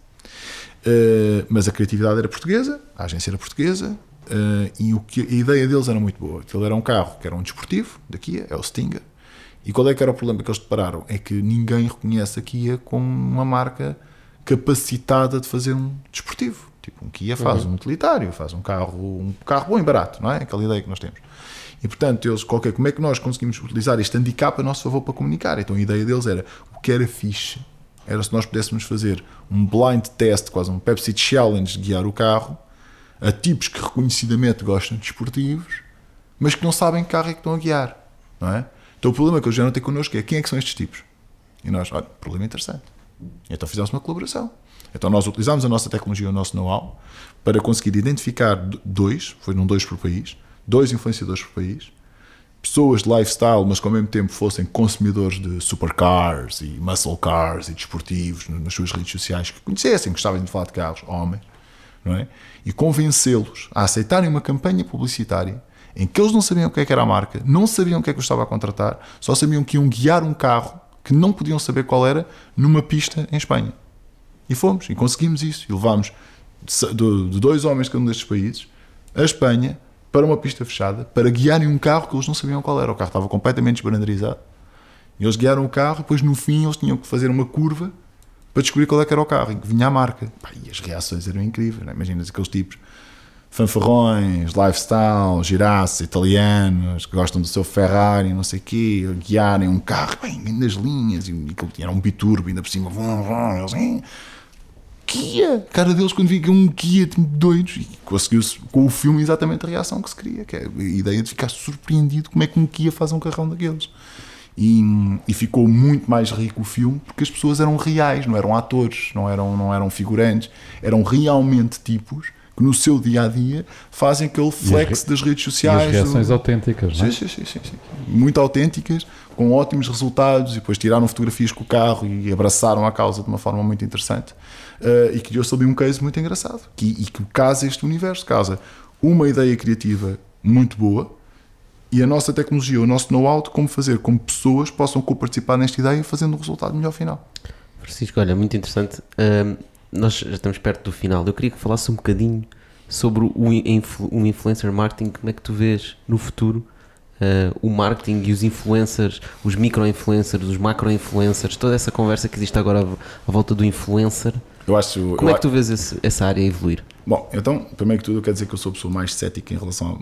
Speaker 1: Mas a criatividade era portuguesa, a agência era portuguesa, e a ideia deles era muito boa. Aquilo era um carro que era um desportivo, da Kia, é o Stinger. E qual é que era o problema que eles depararam? É que ninguém reconhece a Kia como uma marca capacitada de fazer um desportivo. Tipo, um Kia faz um utilitário, faz um carro bom e barato, não é? Aquela ideia que nós temos. E, portanto, eles, como é que nós conseguimos utilizar este handicap a nosso favor para comunicar? Então, a ideia deles era, o que era fixe, era se nós pudéssemos fazer um blind test, quase um Pepsi Challenge, de guiar o carro, a tipos que reconhecidamente gostam de desportivos, mas que não sabem que carro é que estão a guiar, não é? Então, o problema que eles já não têm connosco é, quem é que são estes tipos? E nós, olha, problema interessante. Então, fizemos uma colaboração. Então, nós utilizámos a nossa tecnologia, o nosso know-how, para conseguir identificar foram 2 por país, 2 influenciadores por país, pessoas de lifestyle, mas que ao mesmo tempo fossem consumidores de supercars e muscle cars e desportivos nas suas redes sociais, que conhecessem, gostavam de falar de carros, homens, não é? E convencê-los a aceitarem uma campanha publicitária em que eles não sabiam o que era a marca, não sabiam o que é que eu estava a contratar, só sabiam que iam guiar um carro que não podiam saber qual era, numa pista em Espanha. E fomos, e conseguimos isso, e levámos de 2 homens de cada um destes países a Espanha, para uma pista fechada, para guiarem um carro que eles não sabiam qual era. O carro estava completamente desbandarizado. E eles guiaram o carro, e depois no fim eles tinham que fazer uma curva para descobrir qual é que era o carro, em que vinha a marca. E as reações eram incríveis, não é? Imagina-se aqueles tipos fanfarrões, lifestyle, giraços, italianos, que gostam do seu Ferrari, não sei o quê, guiarem um carro, bem, nas linhas, e era um biturbo, ainda por cima, eles... Kia, a cara deles quando vi que um Kia doidos, e conseguiu-se com o filme exatamente a reação que se queria, que é a ideia de ficar surpreendido como é que um Kia faz um carrão daqueles. E ficou muito mais rico o filme porque as pessoas eram reais, não eram atores, não eram figurantes, eram realmente tipos que no seu dia-a-dia fazem aquele flex das redes sociais.
Speaker 2: E as reações autênticas, não é?
Speaker 1: Sim. Muito autênticas, com ótimos resultados, e depois tiraram fotografias com o carro e abraçaram a causa de uma forma muito interessante. E criou-se ali um case muito engraçado, que casa este universo, casa uma ideia criativa muito boa e a nossa tecnologia, o nosso know-how de como fazer com que pessoas possam co-participar nesta ideia, fazendo um resultado melhor final.
Speaker 3: Francisco, olha, muito interessante. Nós já estamos perto do final. Eu queria que falasse um bocadinho sobre o influencer marketing. Como é que tu vês no futuro o marketing e os influencers, os micro-influencers, os macro-influencers, toda essa conversa que existe agora à volta do influencer? Como é que tu vês essa área evoluir?
Speaker 1: Bom, então, primeiro que tudo, eu quero dizer que eu sou a pessoa mais cética em relação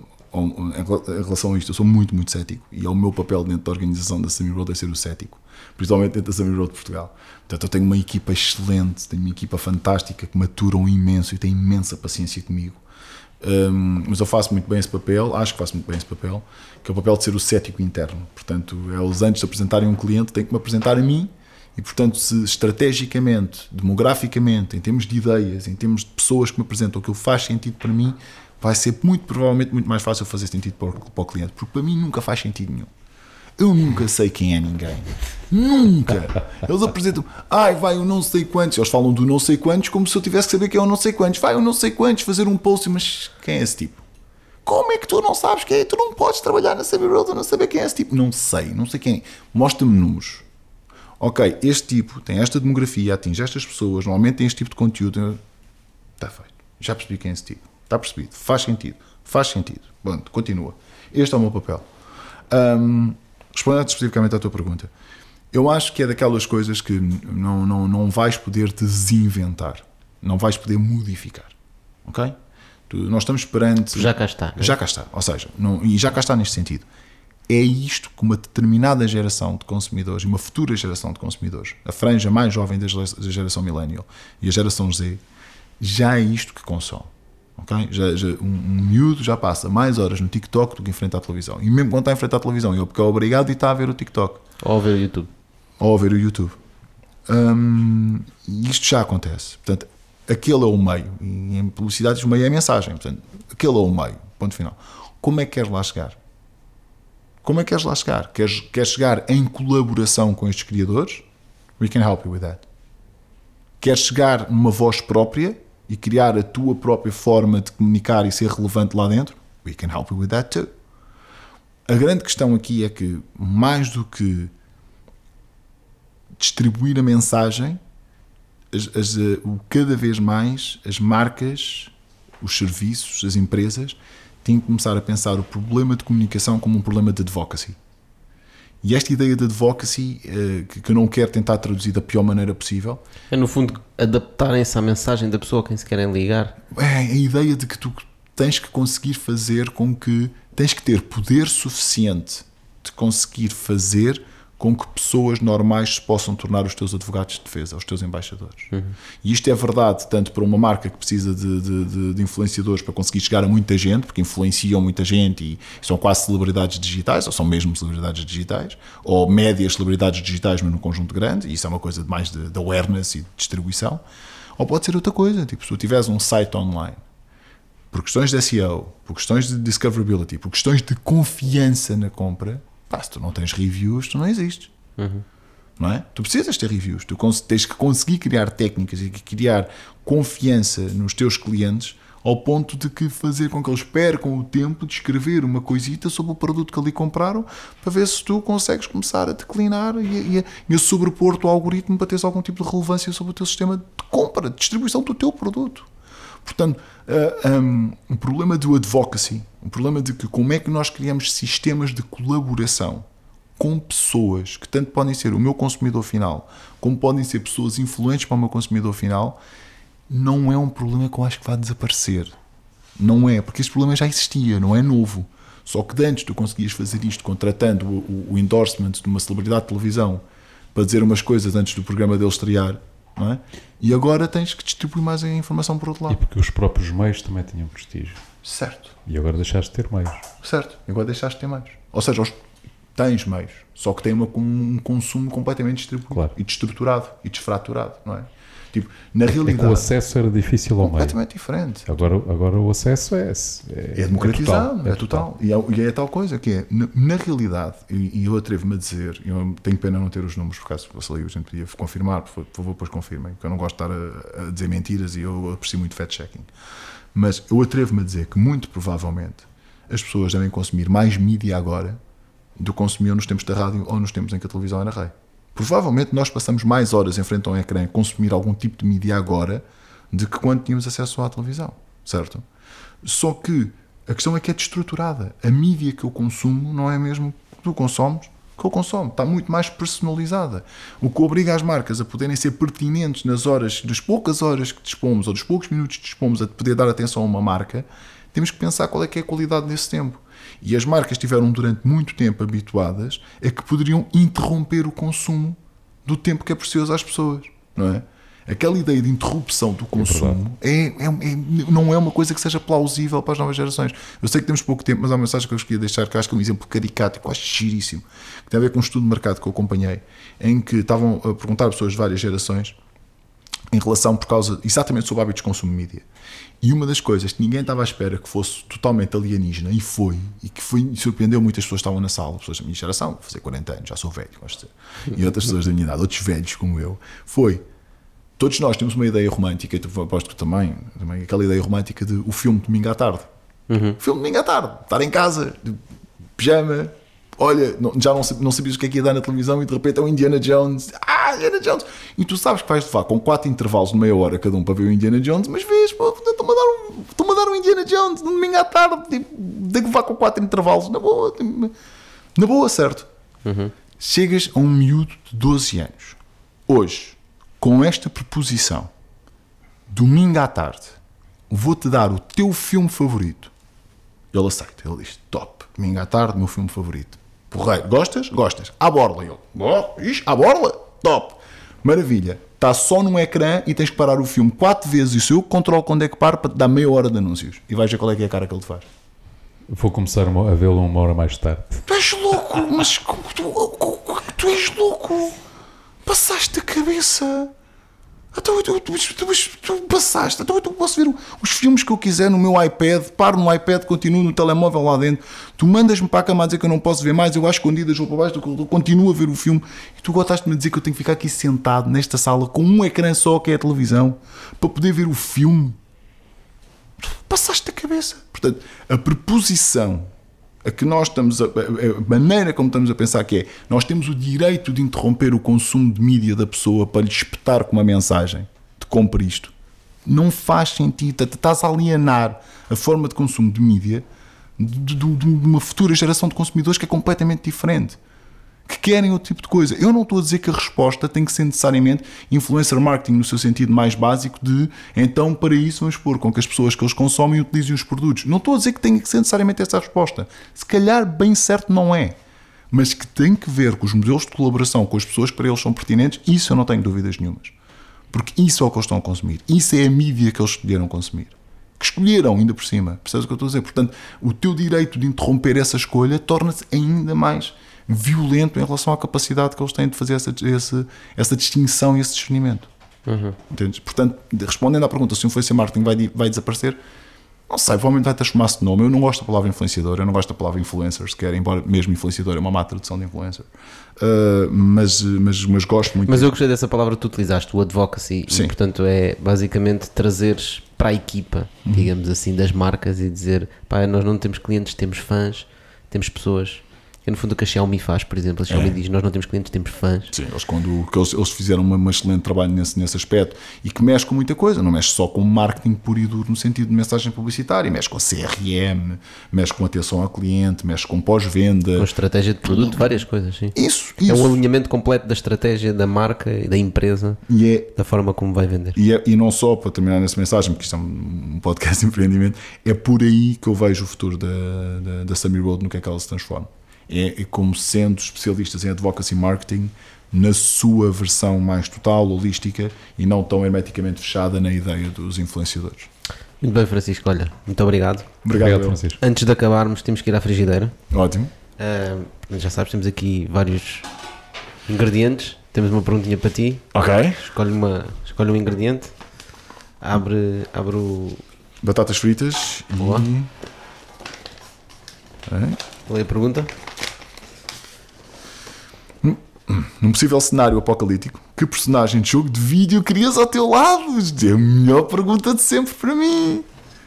Speaker 1: a isto. Eu sou muito, muito cético, e é o meu papel dentro da organização da Sammy Road é ser o cético, principalmente dentro da Sammy Road de Portugal. Portanto, eu tenho uma equipa excelente, tenho uma equipa fantástica que maturam imenso e têm imensa paciência comigo. Mas eu faço muito bem esse papel, acho que faço muito bem esse papel, que é o papel de ser o cético interno. Portanto, eles antes de apresentarem um cliente têm que me apresentar a mim E, portanto, se estrategicamente, demograficamente, em termos de ideias, em termos de pessoas que me apresentam, aquilo faz sentido para mim, vai ser muito provavelmente muito mais fácil fazer sentido para o cliente, porque para mim nunca faz sentido nenhum. Eu nunca sei quem é ninguém. Nunca. Eles apresentam, vai o não sei quantos. Eles falam do não sei quantos como se eu tivesse que saber quem é o não sei quantos. Vai o não sei quantos fazer um post, mas quem é esse tipo? Como é que tu não sabes quem é? Tu não podes trabalhar na Savvy Road e não saber quem é esse tipo. Não sei quem é. Mostra-me números. Ok, este tipo tem esta demografia, atinge estas pessoas, normalmente tem este tipo de conteúdo. Está feito. Já percebi quem é esse tipo. Está percebido. Faz sentido. Bom, continua. Este é o meu papel. Respondendo especificamente à tua pergunta, eu acho que é daquelas coisas que não vais poder desinventar, não vais poder modificar, ok? Nós estamos perante...
Speaker 3: Já cá está.
Speaker 1: Já cá está, ou seja, e já cá está neste sentido. É isto que uma determinada geração de consumidores, uma futura geração de consumidores, a franja mais jovem da geração millennial e a geração Z, já é isto que consome. Okay? Um miúdo já passa mais horas no TikTok do que em frente à televisão. E mesmo quando está em frente à televisão, porque é obrigado e está a ver o TikTok.
Speaker 3: Ou a ver o YouTube.
Speaker 1: Isto já acontece. Portanto, aquele é o meio. E em publicidades o meio é a mensagem. Portanto, aquele é o meio. Ponto final. Como é que queres lá chegar? Queres chegar em colaboração com estes criadores? We can help you with that. Queres chegar numa voz própria e criar a tua própria forma de comunicar e ser relevante lá dentro? We can help you with that too. A grande questão aqui é que, mais do que distribuir a mensagem, cada vez mais as marcas, os serviços, as empresas têm que começar a pensar o problema de comunicação como um problema de advocacy. E esta ideia de advocacy, que eu não quero tentar traduzir da pior maneira possível...
Speaker 3: É, no fundo, adaptarem-se à mensagem da pessoa a quem se querem ligar.
Speaker 1: É a ideia de que tu tens que conseguir fazer com que... Tens que ter poder suficiente de conseguir fazer com que pessoas normais se possam tornar os teus advogados de defesa, os teus embaixadores. E isto é verdade tanto para uma marca que precisa de influenciadores para conseguir chegar a muita gente, porque influenciam muita gente e são quase celebridades digitais, ou são mesmo celebridades digitais, ou médias celebridades digitais, mas num conjunto grande, e isso é uma coisa mais de awareness e de distribuição. Ou pode ser outra coisa, tipo, se tu tiveres um site online, por questões de SEO, por questões de discoverability, por questões de confiança na compra, se tu não tens reviews, tu não existes. Não é? Tu precisas ter reviews, tu tens que conseguir criar técnicas e criar confiança nos teus clientes ao ponto de que fazer com que eles percam o tempo de escrever uma coisita sobre o produto que ali compraram para ver se tu consegues começar a declinar e a sobrepor-te ao algoritmo para teres algum tipo de relevância sobre o teu sistema de compra, de distribuição do teu produto. Portanto, um problema do advocacy, um problema de que como é que nós criamos sistemas de colaboração com pessoas que tanto podem ser o meu consumidor final, como podem ser pessoas influentes para o meu consumidor final, não é um problema que eu acho que vai desaparecer. Não é, porque este problema já existia, não é novo. Só que antes tu conseguias fazer isto contratando o endorsement de uma celebridade de televisão para dizer umas coisas antes do programa dele estrear, não é? E agora tens que distribuir mais a informação por outro lado.
Speaker 2: E porque os próprios meios também tinham prestígio.
Speaker 1: Certo.
Speaker 2: E agora deixaste de ter meios.
Speaker 1: Certo. E agora deixaste de ter meios. Ou seja, tens meios, só que têm um consumo completamente distribuído, claro, e destruturado e desfraturado, não é? Tipo, na realidade...
Speaker 2: É que o acesso era difícil ao meio.
Speaker 1: Completamente diferente.
Speaker 2: Agora o acesso é
Speaker 1: democratizado, é total. E é tal coisa que é, na realidade, e eu atrevo-me a dizer, eu tenho pena não ter os números, por acaso a gente podia confirmar, por favor, depois confirmem, porque eu não gosto de estar a dizer mentiras e eu aprecio muito fact-checking. Mas eu atrevo-me a dizer que, muito provavelmente, as pessoas devem consumir mais mídia agora do que consumiam nos tempos da rádio ou nos tempos em que a televisão era rei. Provavelmente nós passamos mais horas em frente a um ecrã a consumir algum tipo de mídia agora do que quando tínhamos acesso à televisão, certo? Só que a questão é que é destruturada. A mídia que eu consumo não é mesmo que tu consomes que eu consumo. Está muito mais personalizada. O que obriga as marcas a poderem ser pertinentes nas horas, das poucas horas que dispomos ou dos poucos minutos que dispomos a poder dar atenção a uma marca, temos que pensar qual é que é a qualidade desse tempo. E as marcas estiveram durante muito tempo habituadas a que poderiam interromper o consumo do tempo que é precioso às pessoas, não é? Aquela ideia de interrupção do consumo não é uma coisa que seja plausível para as novas gerações. Eu sei que temos pouco tempo, mas há uma mensagem que eu queria deixar, que acho que é um exemplo caricato e quase giríssimo, que tem a ver com um estudo de mercado que eu acompanhei, em que estavam a perguntar a pessoas de várias gerações em relação, por causa, exatamente sobre hábitos de consumo de mídia. E uma das coisas que ninguém estava à espera que fosse totalmente alienígena, e surpreendeu muitas pessoas que estavam na sala, pessoas da minha geração, vou fazer 40 anos, já sou velho, gosto de dizer, e outras pessoas da minha idade, outros velhos como eu, todos nós temos uma ideia romântica, e tu aposto que também, aquela ideia romântica de o filme de domingo à tarde. O filme de domingo à tarde, estar em casa, de pijama, olha, já não sabias o que é que ia dar na televisão e de repente é o Indiana Jones. Indiana Jones! E tu sabes que vais levar com 4 intervalos de meia hora cada um para ver o Indiana Jones, mas vês, estou-me a dar um Indiana Jones no domingo à tarde, tipo, devo levar com 4 intervalos, na boa, certo? Chegas a um miúdo de 12 anos, hoje, com esta proposição, domingo à tarde, vou-te dar o teu filme favorito. Ele aceita, ele diz, top, domingo à tarde, meu filme favorito. Porreiro, gostas? Gostas. À borla. Ele, à borla? Top. Maravilha. Está só num ecrã e tens que parar o filme 4 vezes e sou eu que controlo quando é que para te dar meia hora de anúncios. E vais ver qual é que é a cara que ele te faz.
Speaker 2: Vou começar a vê-lo uma hora mais tarde.
Speaker 1: Tu és louco, mas tu és louco. Passaste a cabeça. Então, tu passaste. Então eu posso ver os filmes que eu quiser no meu iPad, paro no iPad, continuo no telemóvel lá dentro. Tu mandas-me para a cama a dizer que eu não posso ver mais, eu às escondidas vou para baixo, eu continuo a ver o filme e tu gostaste-me de dizer que eu tenho que ficar aqui sentado nesta sala com um ecrã só, que é a televisão, para poder ver o filme. Tu passaste a cabeça. Portanto, a preposição a que nós estamos a maneira como estamos a pensar que é, nós temos o direito de interromper o consumo de mídia da pessoa para lhe espetar com uma mensagem de compre isto, não faz sentido. Estás a alienar a forma de consumo de mídia de uma futura geração de consumidores que é completamente diferente, que querem outro tipo de coisa. Eu não estou a dizer que a resposta tem que ser necessariamente influencer marketing no seu sentido mais básico de, então para isso vamos pôr com que as pessoas que eles consomem utilizem os produtos. Não estou a dizer que tem que ser necessariamente essa a resposta. Se calhar bem certo não é. Mas que tem que ver com os modelos de colaboração com as pessoas que para eles são pertinentes, isso eu não tenho dúvidas nenhumas. Porque isso é o que eles estão a consumir. Isso é a mídia que eles escolheram consumir. Que escolheram ainda por cima. Percebes o que eu estou a dizer? Portanto, o teu direito de interromper essa escolha torna-se ainda mais violento em relação à capacidade que eles têm de fazer essa distinção e esse discernimento. Entendes? Portanto, respondendo à pergunta se o influencer marketing vai desaparecer, não sei, provavelmente vai transformar-se de nome. Eu não gosto da palavra influenciador, eu não gosto da palavra influencer sequer, embora mesmo influenciador é uma má tradução de influencer, mas gosto muito.
Speaker 3: Mas eu gostei dessa palavra que tu utilizaste, o advocacy.
Speaker 1: Sim.
Speaker 3: E, portanto, é basicamente trazeres para a equipa, digamos assim, das marcas e dizer, pá, nós não temos clientes, temos fãs, temos pessoas. É no fundo o que a Xiaomi faz, por exemplo. A Xiaomi diz, nós não temos clientes, temos fãs.
Speaker 1: Sim, eles fizeram um excelente trabalho nesse aspecto e que mexe com muita coisa, não mexe só com marketing puro e duro no sentido de mensagem publicitária, mexe com CRM, mexe com atenção ao cliente, mexe com pós-venda,
Speaker 3: com estratégia de produto, várias coisas, sim.
Speaker 1: Isso.
Speaker 3: É um alinhamento completo da estratégia da marca e da empresa, da forma como vai vender.
Speaker 1: E não só, para terminar nessa mensagem, porque isto é um podcast de empreendimento, é por aí que eu vejo o futuro da Sammy Road, no que é que ela se transforma. É como sendo especialistas em advocacy marketing na sua versão mais total, holística e não tão hermeticamente fechada na ideia dos influenciadores.
Speaker 3: Muito bem, Francisco, olha, muito obrigado.
Speaker 1: Obrigado,
Speaker 2: Francisco.
Speaker 3: Antes de acabarmos, temos que ir à frigideira.
Speaker 1: Ótimo.
Speaker 3: Já sabes, temos aqui vários ingredientes. Temos uma perguntinha para ti.
Speaker 1: Ok.
Speaker 3: Escolhe um ingrediente. Abre o...
Speaker 1: Batatas fritas.
Speaker 3: Boa.
Speaker 1: Okay.
Speaker 3: Qual é a pergunta?
Speaker 1: Num possível cenário apocalíptico, que personagem de jogo de vídeo querias ao teu lado? É a melhor pergunta de sempre para mim.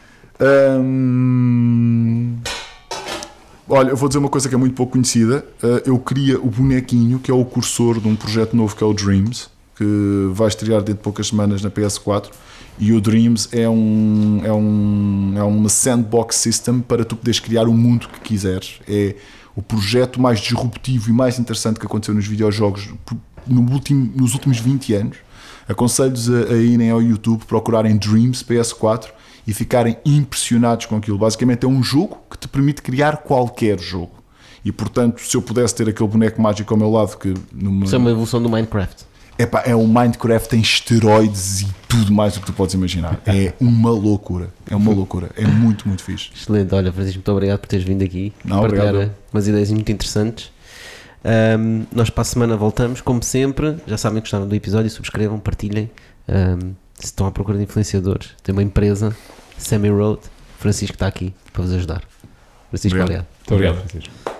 Speaker 1: Olha, eu vou dizer uma coisa que é muito pouco conhecida. Eu queria o bonequinho, que é o cursor de um projeto novo que é o Dreams, que vai estrear dentro de poucas semanas na PS4. E o Dreams é uma sandbox system para tu poderes criar o mundo que quiseres. É o projeto mais disruptivo e mais interessante que aconteceu nos videojogos nos últimos 20 anos. Aconselho-vos a irem ao YouTube, procurarem Dreams PS4 e ficarem impressionados com aquilo. Basicamente é um jogo que te permite criar qualquer jogo. E portanto, se eu pudesse ter aquele boneco mágico ao meu lado que...
Speaker 3: Isso é uma evolução do Minecraft.
Speaker 1: epá, é um Minecraft, tem esteroides e tudo mais do que tu podes imaginar. É uma loucura. É uma loucura. É muito, muito fixe.
Speaker 3: Excelente. Olha, Francisco, muito obrigado por teres vindo aqui.
Speaker 1: Não,
Speaker 3: partilhar
Speaker 1: obrigado.
Speaker 3: umas ideias muito interessantes. Nós para a semana voltamos, como sempre. Já sabem que gostaram do episódio, subscrevam, partilhem. Se estão à procura de influenciadores, tem uma empresa, Sammy Road. Francisco está aqui para vos ajudar. Francisco, obrigado.
Speaker 2: Muito obrigado, Francisco.